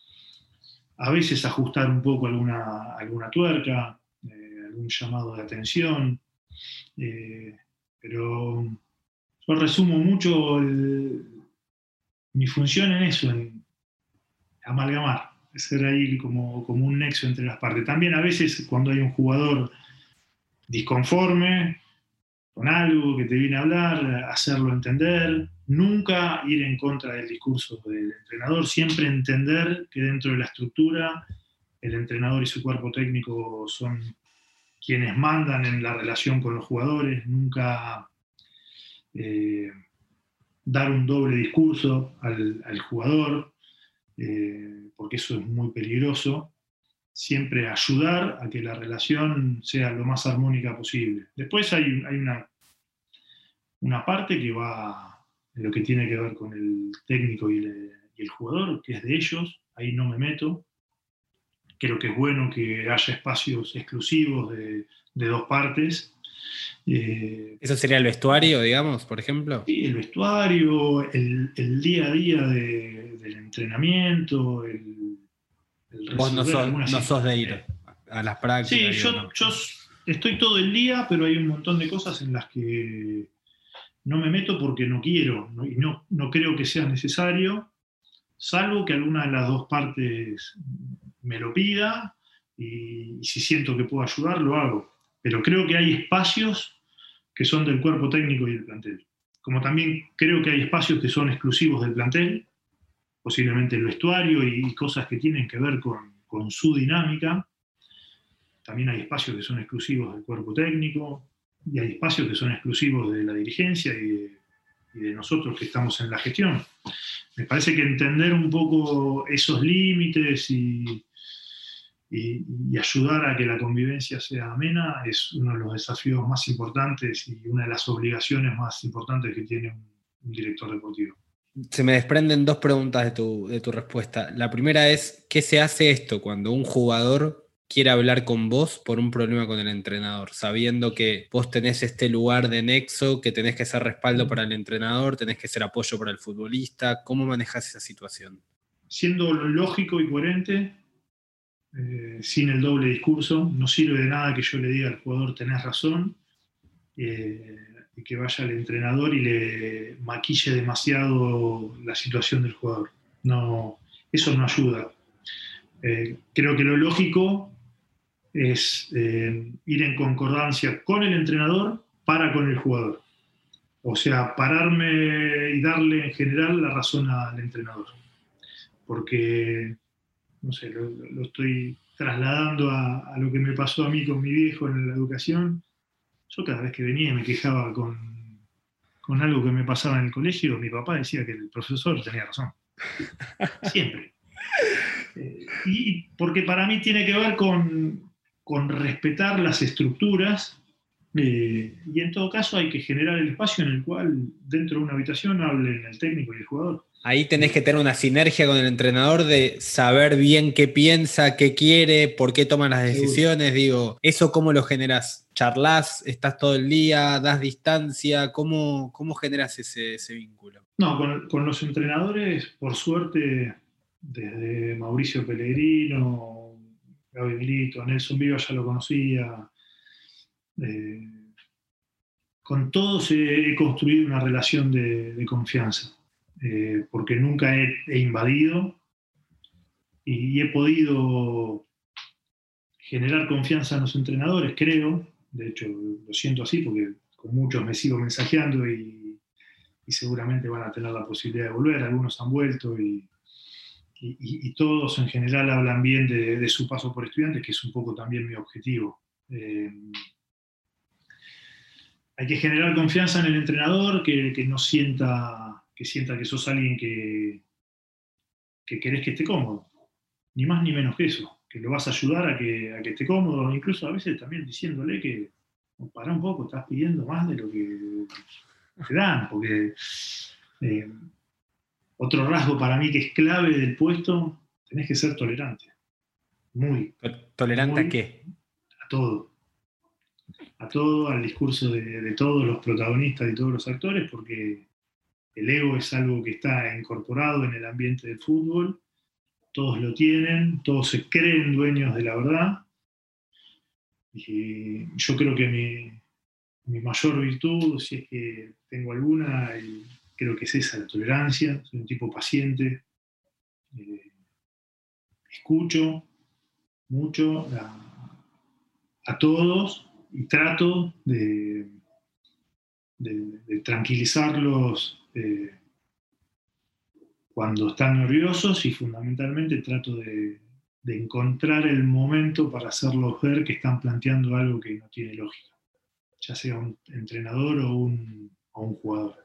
S2: a veces ajustar un poco alguna, alguna tuerca, eh, algún llamado de atención, eh, pero yo resumo mucho el, mi función en eso, en amalgamar, ser ahí como, como un nexo entre las partes. También a veces cuando hay un jugador disconforme con algo que te viene a hablar, hacerlo entender, nunca ir en contra del discurso del entrenador, siempre entender que dentro de la estructura el entrenador y su cuerpo técnico son quienes mandan en la relación con los jugadores, nunca eh, dar un doble discurso al, al jugador, eh, porque eso es muy peligroso. Siempre ayudar a que la relación sea lo más armónica posible. Después hay, hay una, una parte que va en lo que tiene que ver con el técnico y el, y el jugador, que es de ellos, ahí no me meto. Creo que es bueno que haya espacios exclusivos de, de dos partes.
S3: Eh, ¿Eso sería el vestuario, digamos, por ejemplo?
S2: Sí, el vestuario, el, el día a día de, del entrenamiento, el, el
S3: Vos no sos, no sos de ir a las prácticas.
S2: Sí, yo,
S3: ¿no?
S2: yo estoy todo el día, pero hay un montón de cosas en las que no me meto porque no quiero, ¿no? Y no, no creo que sea necesario, salvo que alguna de las dos partes me lo pida, y, y si siento que puedo ayudar, lo hago. Pero creo que hay espacios que son del cuerpo técnico y del plantel. Como también creo que hay espacios que son exclusivos del plantel, posiblemente el vestuario y cosas que tienen que ver con, con su dinámica. También hay espacios que son exclusivos del cuerpo técnico y hay espacios que son exclusivos de la dirigencia y de, y de nosotros que estamos en la gestión. Me parece que entender un poco esos límites y, y, y ayudar a que la convivencia sea amena es uno de los desafíos más importantes y una de las obligaciones más importantes que tiene un, un director deportivo.
S3: Se me desprenden dos preguntas de tu, de tu respuesta. La primera es, ¿qué se hace esto cuando un jugador quiere hablar con vos por un problema con el entrenador? Sabiendo que vos tenés este lugar de nexo, que tenés que ser respaldo para el entrenador, tenés que ser apoyo para el futbolista. ¿Cómo manejás esa situación?
S2: Siendo lógico y coherente, eh, sin el doble discurso. No sirve de nada que yo le diga al jugador tenés razón, eh, y que vaya al entrenador y le maquille demasiado la situación del jugador. No, eso no ayuda. Eh, creo que lo lógico es eh, ir en concordancia con el entrenador para con el jugador. O sea, pararme y darle en general la razón al entrenador. Porque, no sé, lo, lo estoy trasladando a, a lo que me pasó a mí con mi viejo en la educación. Yo cada vez que venía y me quejaba con, con algo que me pasaba en el colegio, mi papá decía que el profesor tenía razón. Siempre. Eh, y porque para mí tiene que ver con, con respetar las estructuras, eh, y en todo caso hay que generar el espacio en el cual dentro de una habitación hablen el técnico y el jugador.
S3: Ahí tenés que tener una sinergia con el entrenador de saber bien qué piensa, qué quiere, por qué toman las decisiones. Seguro. Digo, ¿eso cómo lo generás? ¿Charlás? ¿Estás todo el día? ¿Das distancia? ¿Cómo, cómo generás ese, ese vínculo?
S2: No, con, con los entrenadores, por suerte, desde Mauricio Pellegrino, Gaby Milito, Nelson Viva ya lo conocía. Eh, con todos he, he construido una relación de, de confianza. Eh, porque nunca he, he invadido y, y he podido generar confianza en los entrenadores, creo. De hecho, lo siento así porque con muchos me sigo mensajeando y, y seguramente van a tener la posibilidad de volver. Algunos han vuelto y, y, y todos en general hablan bien de, de su paso por Estudiantes, que es un poco también mi objetivo. Eh, hay que generar confianza en el entrenador, que, que no sienta... que sienta que sos alguien que, que querés que esté cómodo. Ni más ni menos que eso. que lo vas a ayudar a que, a que esté cómodo, incluso a veces también diciéndole que oh, pará un poco, estás pidiendo más de lo que te dan, porque eh, otro rasgo para mí que es clave del puesto, tenés que ser tolerante, muy,
S3: ¿Tolerante
S2: muy
S3: a qué?
S2: a todo, a todo, al discurso de, de todos los protagonistas y todos los actores, porque el ego es algo que está incorporado en el ambiente del fútbol, todos lo tienen, todos se creen dueños de la verdad, y yo creo que mi, mi mayor virtud, si es que tengo alguna, y creo que es esa, la tolerancia. Soy un tipo paciente, eh, escucho mucho a, a todos y trato de, de, de tranquilizarlos eh, cuando están nerviosos y fundamentalmente trato de, de encontrar el momento para hacerlos ver que están planteando algo que no tiene lógica, ya sea un entrenador o un, o un jugador.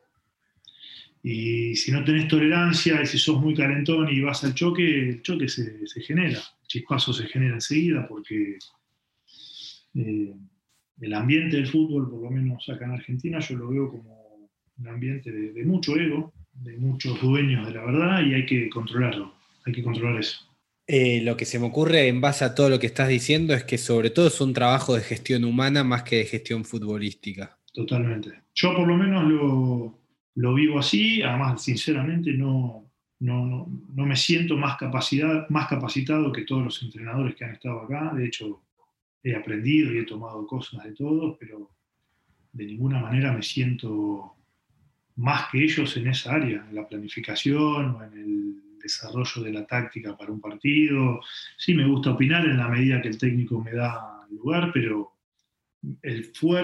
S2: Y si no tenés tolerancia y si sos muy calentón y vas al choque, el choque se, se genera, el chispazo se genera enseguida porque eh, el ambiente del fútbol, por lo menos acá en Argentina, yo lo veo como un ambiente de, de mucho ego, de muchos dueños de la verdad y hay que controlarlo, hay que controlar eso.
S3: Eh, lo que se me ocurre en base a todo lo que estás diciendo es que sobre todo es un trabajo de gestión humana más que de gestión futbolística.
S2: Totalmente. Yo por lo menos lo, lo vivo así, además sinceramente no, no, no, no me siento más, capacidad, más capacitado que todos los entrenadores que han estado acá, de hecho he aprendido y he tomado cosas de todos, pero de ninguna manera me siento más que ellos en esa área, en la planificación o en el desarrollo de la táctica para un partido. Sí me gusta opinar en la medida que el técnico me da lugar, pero el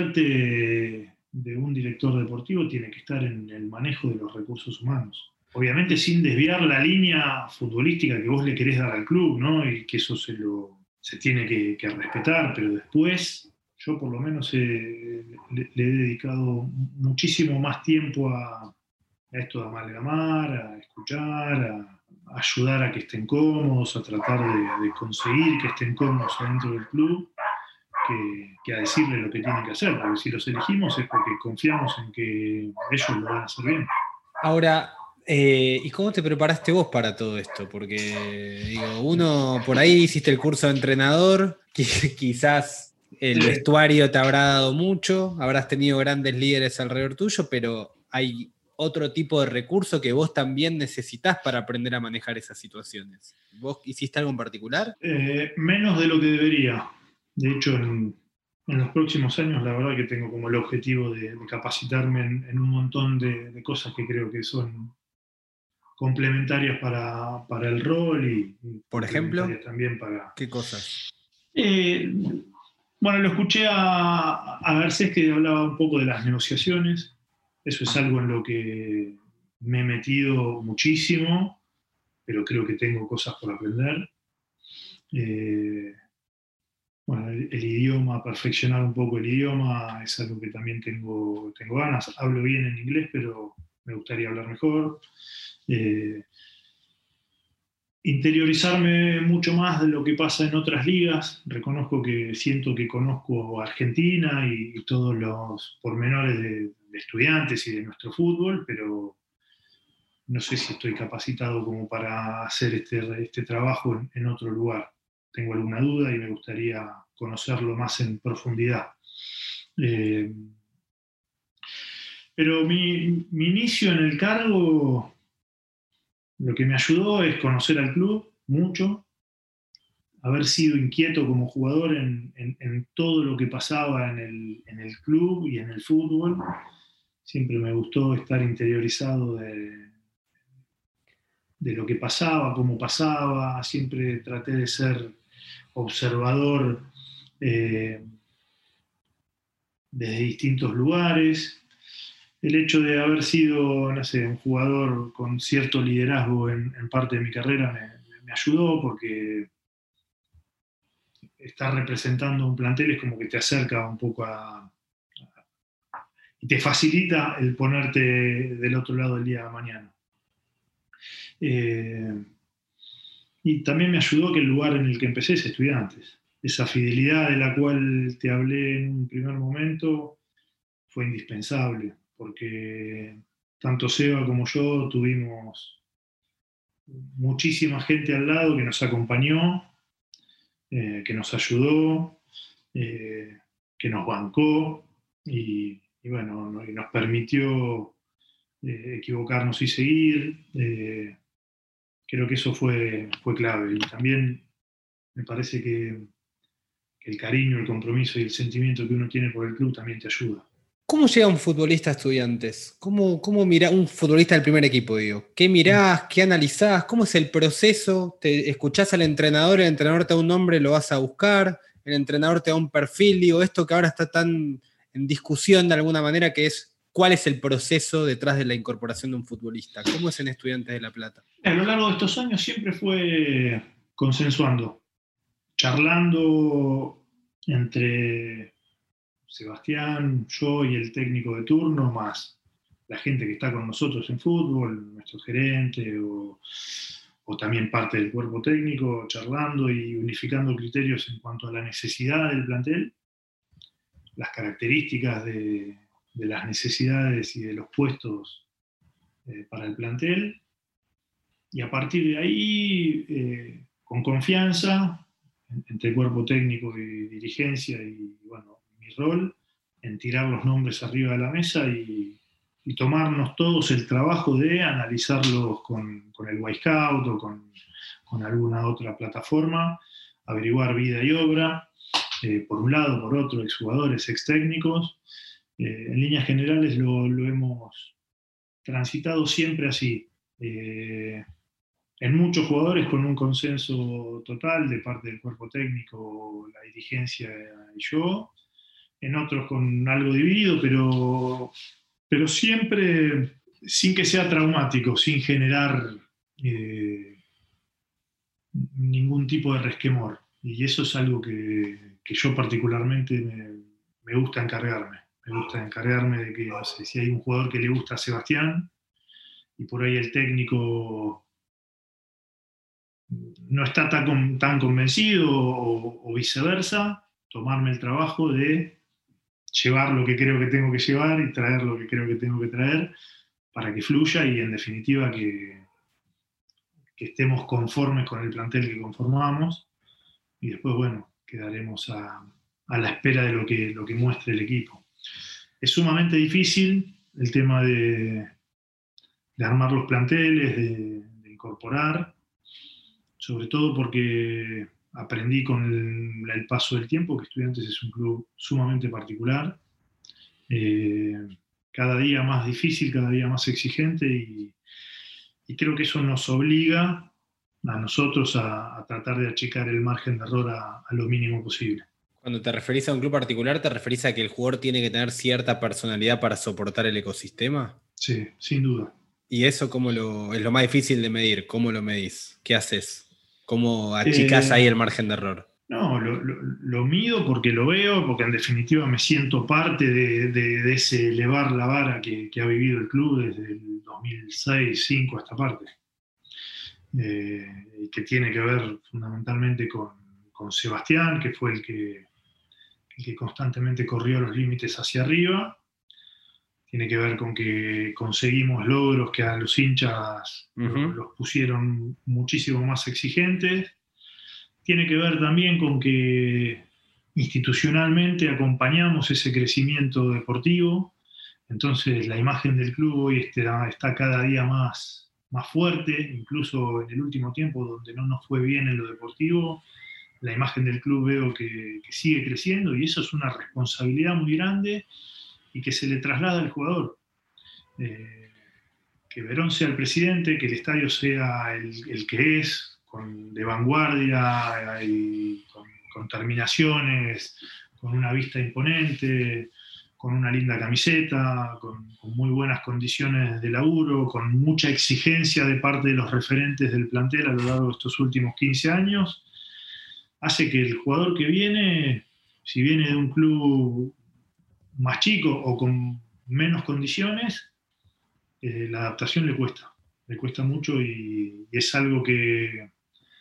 S2: fuerte de un director deportivo tiene que estar en el manejo de los recursos humanos. Obviamente sin desviar la línea futbolística que vos le querés dar al club, ¿no? Y que eso se, lo, se tiene que, que respetar, pero después yo por lo menos he, le, le, he dedicado muchísimo más tiempo a, a esto de amalgamar, a escuchar, a, a ayudar a que estén cómodos, a tratar de, de conseguir que estén cómodos dentro del club. Que, que a decirle lo que tienen que hacer, porque si los elegimos es porque confiamos en que ellos lo van a hacer bien.
S3: Ahora, eh, ¿y cómo te preparaste vos para todo esto? Porque, digo, uno por ahí hiciste el curso de entrenador, quizás el
S2: Sí.
S3: vestuario te habrá dado mucho, habrás tenido grandes líderes alrededor tuyo, pero hay otro tipo de recurso que vos también necesitás para aprender a manejar esas situaciones. ¿Vos hiciste algo en particular?
S2: Eh, menos de lo que debería. De hecho, en, en los próximos años, la verdad que tengo como el objetivo de, de capacitarme en, en, un montón de, de cosas que creo que son complementarias para, para el rol y, y
S3: por ejemplo,
S2: también para...
S3: ¿Qué cosas?
S2: Eh, bueno, lo escuché a, a Garcés que hablaba un poco de las negociaciones. Eso es algo en lo que me he metido muchísimo, pero creo que tengo cosas por aprender. Eh, bueno, el, el idioma, perfeccionar un poco el idioma es algo que también tengo, tengo ganas. Hablo bien en inglés, pero me gustaría hablar mejor. Eh, interiorizarme mucho más de lo que pasa en otras ligas. Reconozco que siento que conozco Argentina y, y todos los pormenores de, de estudiantes y de nuestro fútbol, pero no sé si estoy capacitado como para hacer este, este trabajo en, en otro lugar. Tengo alguna duda y me gustaría conocerlo más en profundidad. Eh, pero mi, mi inicio en el cargo, lo que me ayudó es conocer al club mucho, haber sido inquieto como jugador en, en, en todo lo que pasaba en el, en el club y en el fútbol. Siempre me gustó estar interiorizado de, de lo que pasaba, cómo pasaba. Siempre traté de ser observador eh, desde distintos lugares. El hecho de haber sido, no sé, un jugador con cierto liderazgo en, en parte de mi carrera me, me ayudó porque estar representando un plantel es como que te acerca un poco a, a y te facilita el ponerte del otro lado del día de mañana. Eh, y también me ayudó que el lugar en el que empecé es Estudiantes. Esa fidelidad de la cual te hablé en un primer momento fue indispensable, porque tanto Seba como yo tuvimos muchísima gente al lado que nos acompañó, eh, que nos ayudó, eh, que nos bancó y, y bueno, no, y nos permitió eh, equivocarnos y seguir. Eh, creo que eso fue, fue clave. Y también me parece que, que el cariño, el compromiso y el sentimiento que uno tiene por el club también te ayuda.
S3: ¿Cómo llega un futbolista a Estudiantes? ¿Cómo, cómo mira un futbolista del primer equipo, digo? ¿Qué mirás? ¿Qué analizás? ¿Cómo es el proceso? ¿Te escuchás al entrenador? ¿El entrenador te da un nombre, lo vas a buscar? ¿El entrenador te da un perfil? Digo, esto que ahora está tan en discusión de alguna manera, que es ¿cuál es el proceso detrás de la incorporación de un futbolista? ¿Cómo es en Estudiantes de La Plata?
S2: A lo largo de estos años siempre fue consensuando, charlando entre Sebastián, yo y el técnico de turno, más la gente que está con nosotros en fútbol, nuestro gerente o, o también parte del cuerpo técnico, charlando y unificando criterios en cuanto a la necesidad del plantel, las características de, de las necesidades y de los puestos eh, para el plantel. Y a partir de ahí, eh, con confianza, entre cuerpo técnico y dirigencia y, bueno, mi rol, en tirar los nombres arriba de la mesa y, y tomarnos todos el trabajo de analizarlos con, con el Y-Scout o con, con alguna otra plataforma, averiguar vida y obra, eh, por un lado, por otro, exjugadores, ex-técnicos. Eh, en líneas generales lo, lo hemos transitado siempre así. Eh, En muchos jugadores con un consenso total de parte del cuerpo técnico, la dirigencia y yo. En otros con algo dividido, pero, pero siempre sin que sea traumático, sin generar eh, ningún tipo de resquemor. Y eso es algo que, que yo particularmente me, me gusta encargarme. Me gusta encargarme de que, no sé, si hay un jugador que le gusta a Sebastián y por ahí el técnico no está tan, tan convencido o, o viceversa, tomarme el trabajo de llevar lo que creo que tengo que llevar y traer lo que creo que tengo que traer para que fluya y en definitiva que, que estemos conformes con el plantel que conformamos y después, bueno, quedaremos a, a la espera de lo que, lo que muestre el equipo. Es sumamente difícil el tema de, de armar los planteles, de, de incorporar, sobre todo porque aprendí con el, el paso del tiempo que Estudiantes es un club sumamente particular, eh, cada día más difícil, cada día más exigente y, y creo que eso nos obliga a nosotros a, a tratar de achicar el margen de error a, a lo mínimo posible.
S3: Cuando te referís a un club particular, ¿te referís a que el jugador tiene que tener cierta personalidad para soportar el ecosistema?
S2: Sí, sin duda.
S3: ¿Y eso cómo lo, es lo más difícil de medir? ¿Cómo lo medís? ¿Qué haces? ¿Cómo achicás eh, ahí el margen de error?
S2: No, lo, lo, lo mido porque lo veo, porque en definitiva me siento parte de, de, de ese elevar la vara que, que ha vivido el club desde el dos mil seis, dos mil cinco a esta parte. Eh, que tiene que ver fundamentalmente con, con Sebastián, que fue el que, el que constantemente corrió los límites hacia arriba. Tiene que ver con que conseguimos logros que a los hinchas uh-huh. los, los pusieron muchísimo más exigentes. Tiene que ver también con que institucionalmente acompañamos ese crecimiento deportivo. Entonces la imagen del club hoy está, está cada día más, más fuerte, incluso en el último tiempo donde no nos fue bien en lo deportivo, la imagen del club veo que, que sigue creciendo y eso es una responsabilidad muy grande y que se le traslada al jugador. Eh, que Verón sea el presidente, que el estadio sea el, el que es, con, de vanguardia y con, con terminaciones, con una vista imponente, con una linda camiseta, con, con muy buenas condiciones de laburo, con mucha exigencia de parte de los referentes del plantel a lo largo de estos últimos quince años, hace que el jugador que viene, si viene de un club más chico o con menos condiciones, eh, la adaptación le cuesta, le cuesta mucho y, y es algo que,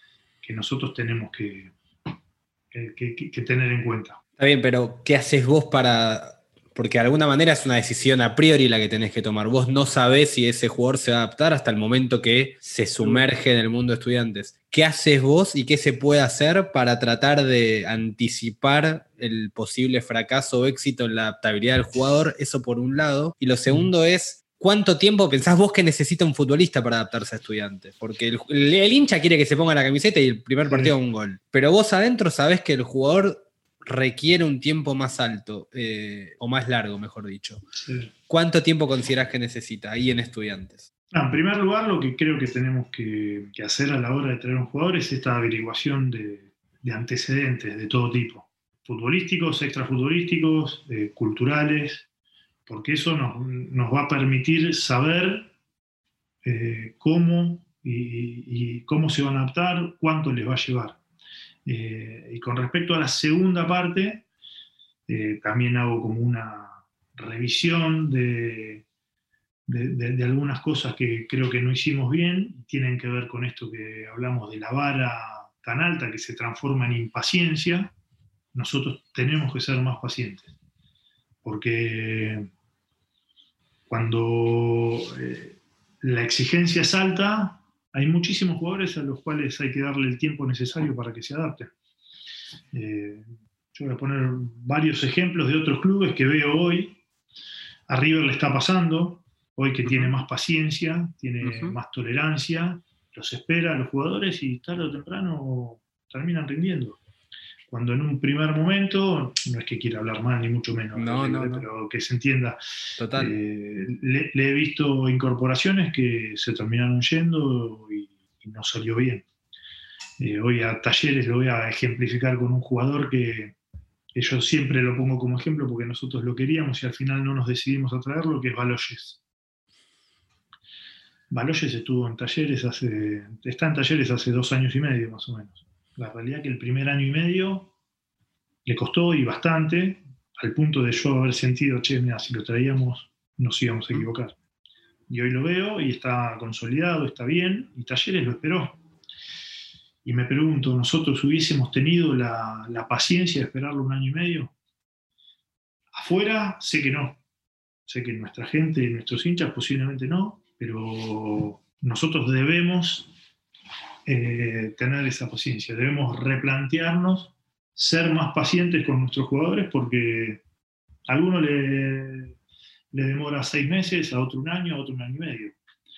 S2: que nosotros tenemos que, que, que, que tener en cuenta.
S3: Está bien, pero ¿qué haces vos para...? Porque de alguna manera es una decisión a priori la que tenés que tomar. Vos no sabés si ese jugador se va a adaptar hasta el momento que se sumerge en el mundo de estudiantes. ¿Qué haces vos y qué se puede hacer para tratar de anticipar el posible fracaso o éxito en la adaptabilidad del jugador? Eso por un lado. Y lo segundo es, ¿cuánto tiempo pensás vos que necesita un futbolista para adaptarse a estudiantes? Porque el, el, el hincha quiere que se ponga la camiseta y el primer partido sí. un gol. Pero vos adentro sabés que el jugador requiere un tiempo más alto, eh, o más largo, mejor dicho. Sí. ¿Cuánto tiempo considerás que necesita ahí en estudiantes?
S2: No, en primer lugar, lo que creo que tenemos que, que hacer a la hora de traer un jugador es esta averiguación de, de antecedentes de todo tipo. Futbolísticos, extrafutbolísticos, eh, culturales, porque eso nos, nos va a permitir saber eh, cómo y, y cómo se van a adaptar, cuánto les va a llevar. Eh, y con respecto a la segunda parte, eh, también hago como una revisión de, de, de, de algunas cosas que creo que no hicimos bien, y tienen que ver con esto que hablamos de la vara tan alta que se transforma en impaciencia. Nosotros tenemos que ser más pacientes, porque cuando eh, la exigencia es alta, hay muchísimos jugadores a los cuales hay que darle el tiempo necesario para que se adapten. Eh, yo voy a poner varios ejemplos de otros clubes que veo hoy. A River le está pasando, hoy que uh-huh. tiene más paciencia, tiene uh-huh. más tolerancia, los espera a los jugadores y tarde o temprano terminan rindiendo. Cuando en un primer momento, no es que quiera hablar mal ni mucho menos,
S3: no, no, no.
S2: pero que se entienda,
S3: Total.
S2: Eh, le, le he visto incorporaciones que se terminaron yendo y, y no salió bien. Eh, hoy a Talleres lo voy a ejemplificar con un jugador que, que yo siempre lo pongo como ejemplo porque nosotros lo queríamos y al final no nos decidimos a traerlo, que es Baloyes. Baloyes estuvo en Talleres hace, está en Talleres hace dos años y medio más o menos. La realidad es que el primer año y medio le costó y bastante, al punto de yo haber sentido, che, mira, si lo traíamos nos íbamos a equivocar. Y hoy lo veo y está consolidado, está bien, y Talleres lo esperó. Y me pregunto, ¿nosotros hubiésemos tenido la, la paciencia de esperarlo un año y medio? Afuera, sé que no. Sé que nuestra gente y nuestros hinchas posiblemente no, pero nosotros debemos Eh, tener esa paciencia, debemos replantearnos, ser más pacientes con nuestros jugadores porque a alguno le, le demora seis meses, a otro un año, a otro un año y medio.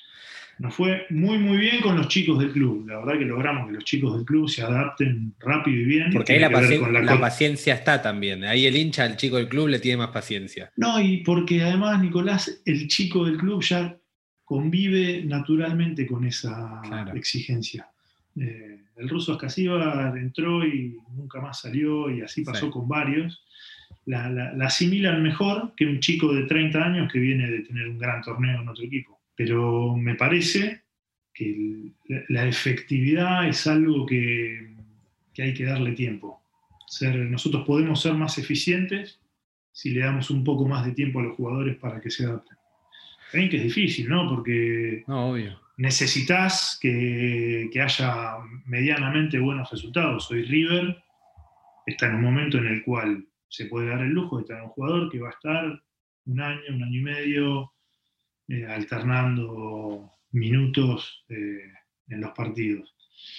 S2: Nos fue muy muy bien con los chicos del club, la verdad que logramos que los chicos del club se adapten rápido y bien.
S3: Porque ahí la, pacien- la, la paciencia está también, ahí el hincha, el chico del club le tiene más paciencia.
S2: No, y porque además, Nicolás, el chico del club ya convive naturalmente con esa claro. exigencia. Eh, el ruso Ascasíbar entró y nunca más salió y así pasó sí. con varios. La, la, la asimilan mejor que un chico de treinta años que viene de tener un gran torneo en otro equipo. Pero me parece que el, la, la efectividad es algo que, que hay que darle tiempo. Ser, nosotros podemos ser más eficientes si le damos un poco más de tiempo a los jugadores para que se adapten. También que es difícil, ¿no? Porque
S3: no, obvio.
S2: necesitas que, que haya medianamente buenos resultados. Hoy River está en un momento en el cual se puede dar el lujo de tener un jugador que va a estar un año, un año y medio eh, alternando minutos eh, en los partidos.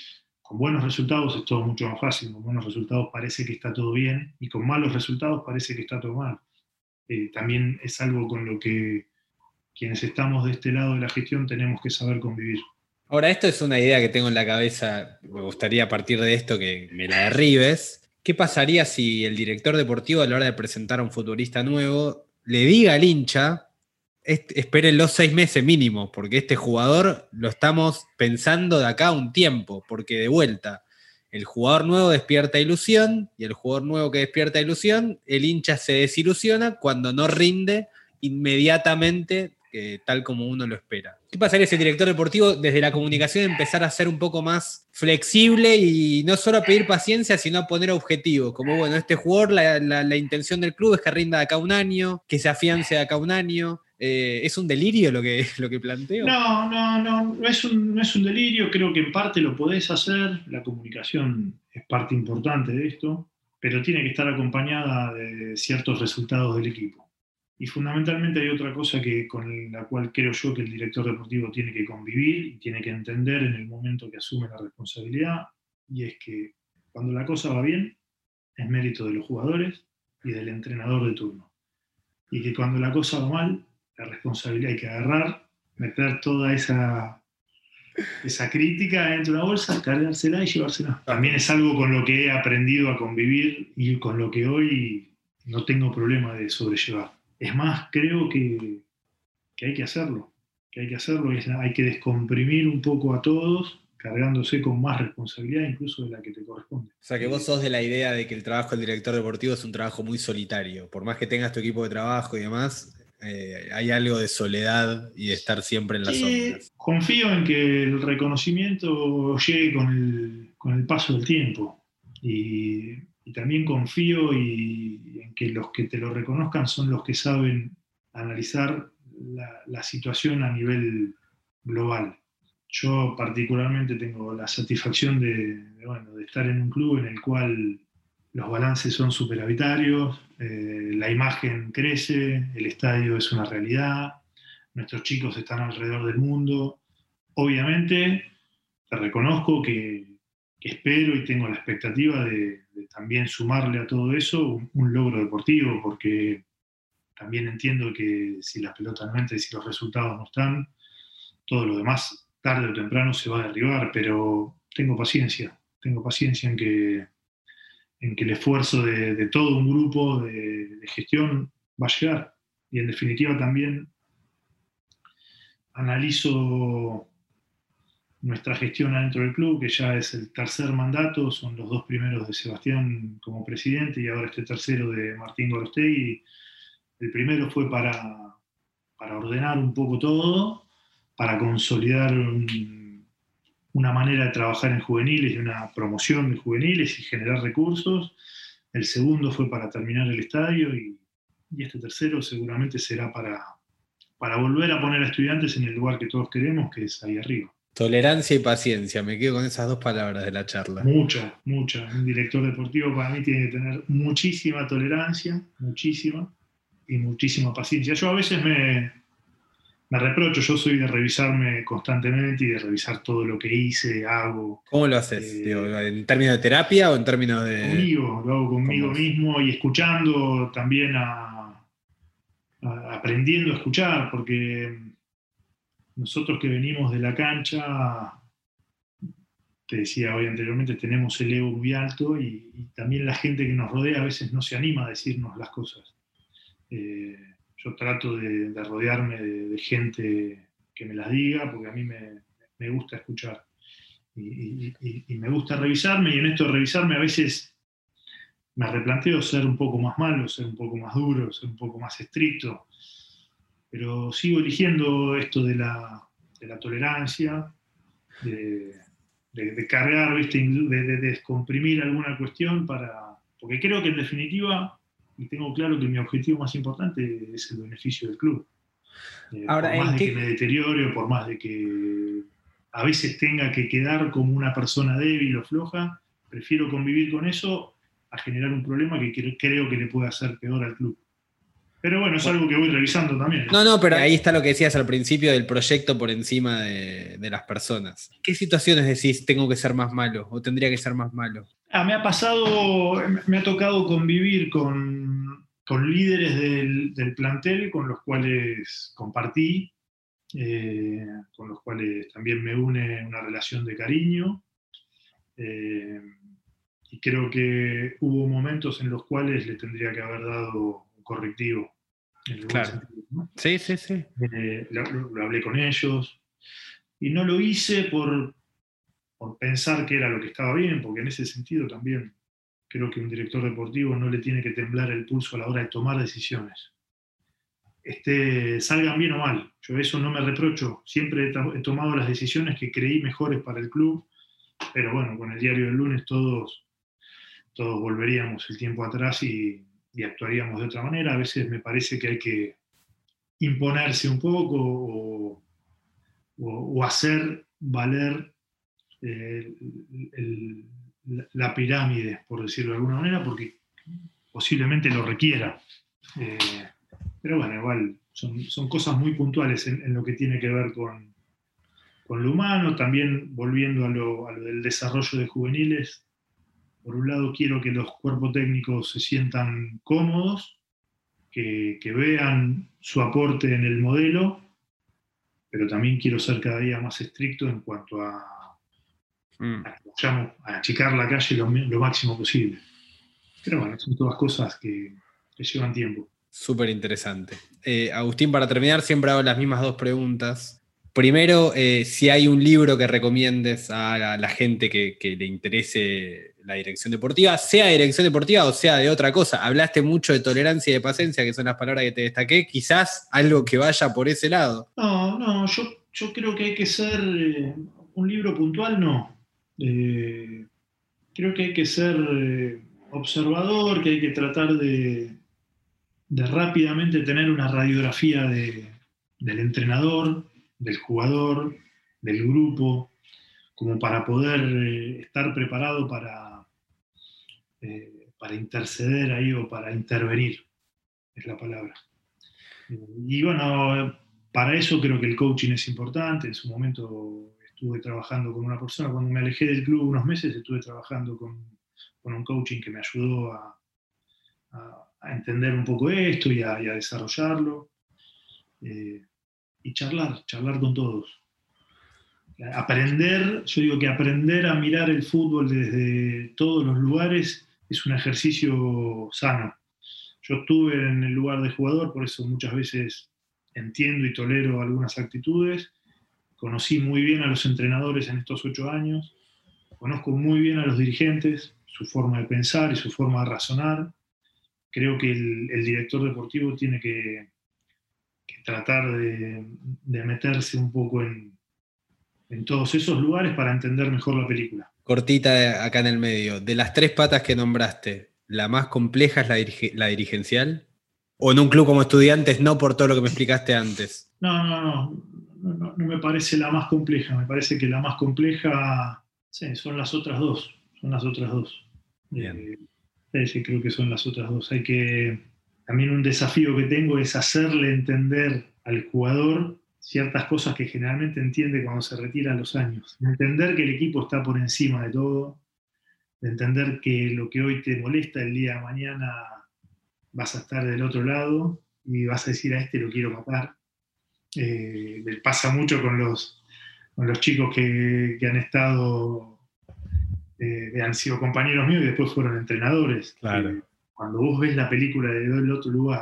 S2: Con buenos resultados es todo mucho más fácil. Con buenos resultados parece que está todo bien y con malos resultados parece que está todo mal. Eh, también es algo con lo que quienes estamos de este lado de la gestión tenemos que saber convivir.
S3: Ahora, esto es una idea que tengo en la cabeza, me gustaría a partir de esto que me la derribes. ¿Qué pasaría si el director deportivo a la hora de presentar a un futbolista nuevo le diga al hincha, esperen los seis meses mínimo, porque este jugador lo estamos pensando de acá a un tiempo, porque de vuelta, el jugador nuevo despierta ilusión, y el jugador nuevo que despierta ilusión, el hincha se desilusiona cuando no rinde inmediatamente eh, tal como uno lo espera. ¿Qué pasaría si el director deportivo desde la comunicación empezara a ser un poco más flexible y no solo a pedir paciencia, sino a poner objetivos? Como, bueno, este jugador, la, la, la intención del club es que rinda de acá a un año, que se afiance de acá a un año, Eh, ¿Es un delirio lo que, lo que planteo?
S2: No, no, no, no es, un, no es un delirio, creo que en parte lo podés hacer, la comunicación es parte importante de esto, pero tiene que estar acompañada de ciertos resultados del equipo. Y fundamentalmente hay otra cosa que, con la cual creo yo que el director deportivo tiene que convivir y tiene que entender en el momento que asume la responsabilidad, y es que cuando la cosa va bien, es mérito de los jugadores y del entrenador de turno. Y que cuando la cosa va mal, la responsabilidad hay que agarrar, meter toda esa, esa crítica dentro de una bolsa, cargársela y llevársela. También es algo con lo que he aprendido a convivir y con lo que hoy no tengo problema de sobrellevar. Es más, creo que, que hay que hacerlo, que hay que hacerlo, y hay que descomprimir un poco a todos, cargándose con más responsabilidad incluso de la que te corresponde.
S3: O sea que vos sos de la idea de que el trabajo del director deportivo es un trabajo muy solitario. Por más que tengas tu equipo de trabajo y demás, eh, hay algo de soledad y de estar siempre en las
S2: Sí,
S3: sombras.
S2: confío en que el reconocimiento llegue con el, con el paso del tiempo. Y, y también confío y, en que los que te lo reconozcan son los que saben analizar la, la situación a nivel global. Yo particularmente tengo la satisfacción de, de, bueno, de estar en un club en el cual los balances son superavitarios, eh, la imagen crece, el estadio es una realidad, nuestros chicos están alrededor del mundo. Obviamente, te reconozco que, que espero y tengo la expectativa de, de también sumarle a todo eso un, un logro deportivo, porque también entiendo que si las pelotas no entran y si los resultados no están, todo lo demás tarde o temprano se va a derribar, pero tengo paciencia, tengo paciencia en que, en que el esfuerzo de, de todo un grupo de, de gestión va a llegar. Y en definitiva también analizo nuestra gestión adentro del club, que ya es el tercer mandato, son los dos primeros de Sebastián como presidente y ahora este tercero de Martín Gorostegui. El primero fue para, para ordenar un poco todo, para consolidar un, una manera de trabajar en juveniles y una promoción de juveniles y generar recursos. El segundo fue para terminar el estadio y, y este tercero seguramente será para, para volver a poner a estudiantes en el lugar que todos queremos, que es ahí arriba.
S3: Tolerancia y paciencia, me quedo con esas dos palabras de la charla.
S2: Mucha, mucha. Un director deportivo para mí tiene que tener muchísima tolerancia, muchísima, y muchísima paciencia. Yo a veces me, me reprocho, yo soy de revisarme constantemente y de revisar todo lo que hice, hago.
S3: ¿Cómo lo haces?
S2: Eh,
S3: Digo, ¿en términos de terapia o en términos de...?
S2: Conmigo, lo hago conmigo
S3: ¿Cómo?
S2: mismo y escuchando también a, a, aprendiendo a escuchar, porque nosotros que venimos de la cancha, te decía hoy anteriormente, tenemos el ego muy alto y, y también la gente que nos rodea a veces no se anima a decirnos las cosas. Eh, yo trato de, de rodearme de, de gente que me las diga, porque a mí me, me gusta escuchar y, y, y, y me gusta revisarme, y en esto de revisarme a veces me replanteo ser un poco más malo, ser un poco más duro, ser un poco más estricto, pero sigo eligiendo esto de la, de la tolerancia, de, de, de cargar, ¿viste? De, de descomprimir alguna cuestión, para, porque creo que en definitiva, y tengo claro que mi objetivo más importante es el beneficio del club. Eh,
S3: Ahora,
S2: por más de
S3: qué...
S2: que me deteriore, o por más de que a veces tenga que quedar como una persona débil o floja, prefiero convivir con eso a generar un problema que creo que le puede hacer peor al club. Pero bueno, es bueno, algo que voy revisando también.
S3: No, no, pero ahí está lo que decías al principio del proyecto por encima de, de las personas. ¿Qué situaciones decís tengo que ser más malo o tendría que ser más malo?
S2: Ah, me ha pasado, me ha tocado convivir con, con líderes del, del plantel con los cuales compartí, eh, con los cuales también me une una relación de cariño. Eh, y creo que hubo momentos en los cuales le tendría que haber dado un correctivo. En el
S3: claro.
S2: buen sentido, ¿no?
S3: Sí, sí, sí.
S2: Eh, lo, lo hablé con ellos y no lo hice por, por pensar que era lo que estaba bien, porque en ese sentido también creo que un director deportivo no le tiene que temblar el pulso a la hora de tomar decisiones. Este, salgan bien o mal, yo eso no me reprocho, siempre he, to- he tomado las decisiones que creí mejores para el club, pero bueno, con el diario del lunes todos, todos volveríamos el tiempo atrás y, y actuaríamos de otra manera. A veces me parece que hay que, imponerse un poco o, o, o hacer valer eh, el, el, la pirámide, por decirlo de alguna manera, porque posiblemente lo requiera. Eh, pero bueno, igual son, son cosas muy puntuales en, en lo que tiene que ver con, con lo humano. También volviendo a lo, a lo del desarrollo de juveniles, por un lado quiero que los cuerpos técnicos se sientan cómodos, que, que vean su aporte en el modelo, pero también quiero ser cada día más estricto en cuanto a, mm. a, llamo, a achicar la calle lo, lo máximo posible. Pero bueno, son todas cosas que, que llevan tiempo.
S3: Súper interesante. Eh, Agustín, para terminar, siempre hago las mismas dos preguntas. Primero, eh, si hay un libro que recomiendes a la, a la gente que, que le interese la dirección deportiva, sea de dirección deportiva o sea de otra cosa. Hablaste mucho de tolerancia y de paciencia, que son las palabras que te destaqué. Quizás algo que vaya por ese lado.
S2: No, no, yo, yo creo que hay que ser eh, un libro puntual, no. Eh, creo que hay que ser eh, observador, que hay que tratar de, de rápidamente tener una radiografía de, del entrenador, del jugador, del grupo, como para poder eh, estar preparado para, eh, para interceder ahí o para intervenir, es la palabra. Y bueno, para eso creo que el coaching es importante. En su momento estuve trabajando con una persona, cuando me alejé del club unos meses, estuve trabajando con, con un coaching que me ayudó a, a, a entender un poco esto y a, y a desarrollarlo. Eh, y charlar, charlar con todos. Aprender, yo digo que aprender a mirar el fútbol desde todos los lugares es un ejercicio sano. Yo estuve en el lugar de jugador, por eso muchas veces entiendo y tolero algunas actitudes. Conocí muy bien a los entrenadores en estos ocho años. Conozco muy bien a los dirigentes, su forma de pensar y su forma de razonar. Creo que el, el director deportivo tiene que, que tratar de, de meterse un poco en, en todos esos lugares para entender mejor la película.
S3: Cortita acá en el medio. De las tres patas que nombraste, ¿la más compleja es la, dirige, la dirigencial? ¿O en un club como Estudiantes no, por todo lo que me explicaste antes?
S2: No, no, no. No, no, no me parece la más compleja. Me parece que la más compleja sí, son las otras dos. Son las otras dos. Eh, sí, sí, creo que son las otras dos. Hay que... También un desafío que tengo es hacerle entender al jugador ciertas cosas que generalmente entiende cuando se retira a los años. Entender que el equipo está por encima de todo, de entender que lo que hoy te molesta el día de mañana vas a estar del otro lado y vas a decir a este lo quiero matar. Eh, pasa mucho con los, con los chicos que, que han estado, eh, han sido compañeros míos y después fueron entrenadores.
S3: Claro.
S2: Eh, cuando vos ves la película de El otro lugar,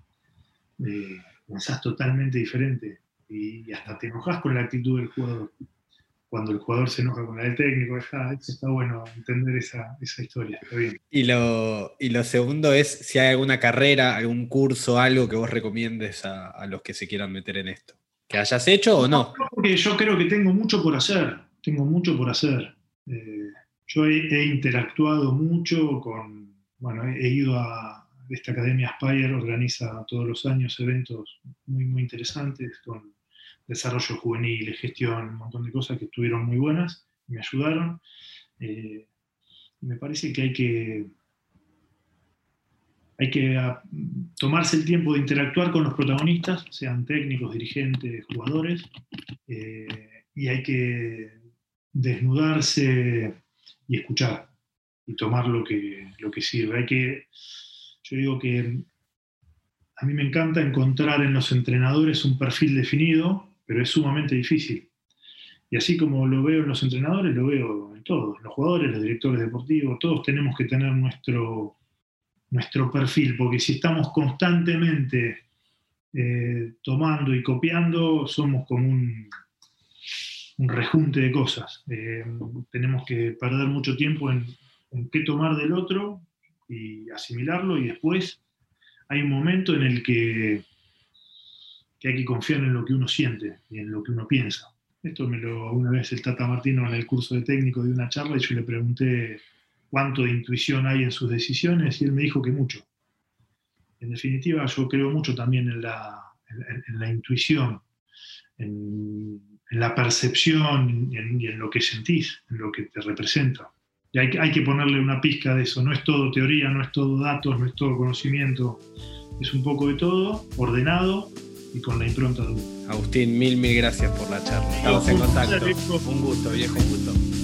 S2: eh, pensás totalmente diferente. Y hasta te enojas con la actitud del jugador. Cuando el jugador se enoja con la del técnico, ah, está bueno entender esa, esa historia. Está bien.
S3: Y lo, y lo segundo es si hay alguna carrera, algún curso, algo que vos recomiendes a, a los que se quieran meter en esto. ¿Que hayas hecho o no?
S2: No, porque yo creo que tengo mucho por hacer. Tengo mucho por hacer. Eh, yo he, he interactuado mucho con... Bueno, he, he ido a... Esta academia Aspire organiza todos los años eventos muy, muy interesantes con desarrollo juvenil, gestión, un montón de cosas que estuvieron muy buenas, me ayudaron. Eh, me parece que hay que, hay que a, tomarse el tiempo de interactuar con los protagonistas, sean técnicos, dirigentes, jugadores, eh, y hay que desnudarse y escuchar y tomar lo que, lo que sirve. Hay que... Yo digo que a mí me encanta encontrar en los entrenadores un perfil definido, pero es sumamente difícil. Y así como lo veo en los entrenadores, lo veo en todos, los jugadores, los directores deportivos, todos tenemos que tener nuestro, nuestro perfil, porque si estamos constantemente eh, tomando y copiando, somos como un, un rejunte de cosas. Eh, tenemos que perder mucho tiempo en, en qué tomar del otro y asimilarlo, y después hay un momento en el que, que hay que confiar en lo que uno siente y en lo que uno piensa. Esto me lo una vez el Tata Martino en el curso de técnico de una charla, y yo le pregunté cuánto de intuición hay en sus decisiones, y él me dijo que mucho. En definitiva, yo creo mucho también en la, en, en la intuición, en, en la percepción y en, en lo que sentís, en lo que te representa. Y hay, hay que ponerle una pizca de eso. No es todo teoría, no es todo datos, no es todo conocimiento. Es un poco de todo, ordenado y con la impronta de uno.
S3: Agustín, mil, mil gracias por la charla. Estamos en contacto. Un gusto, viejo, un gusto.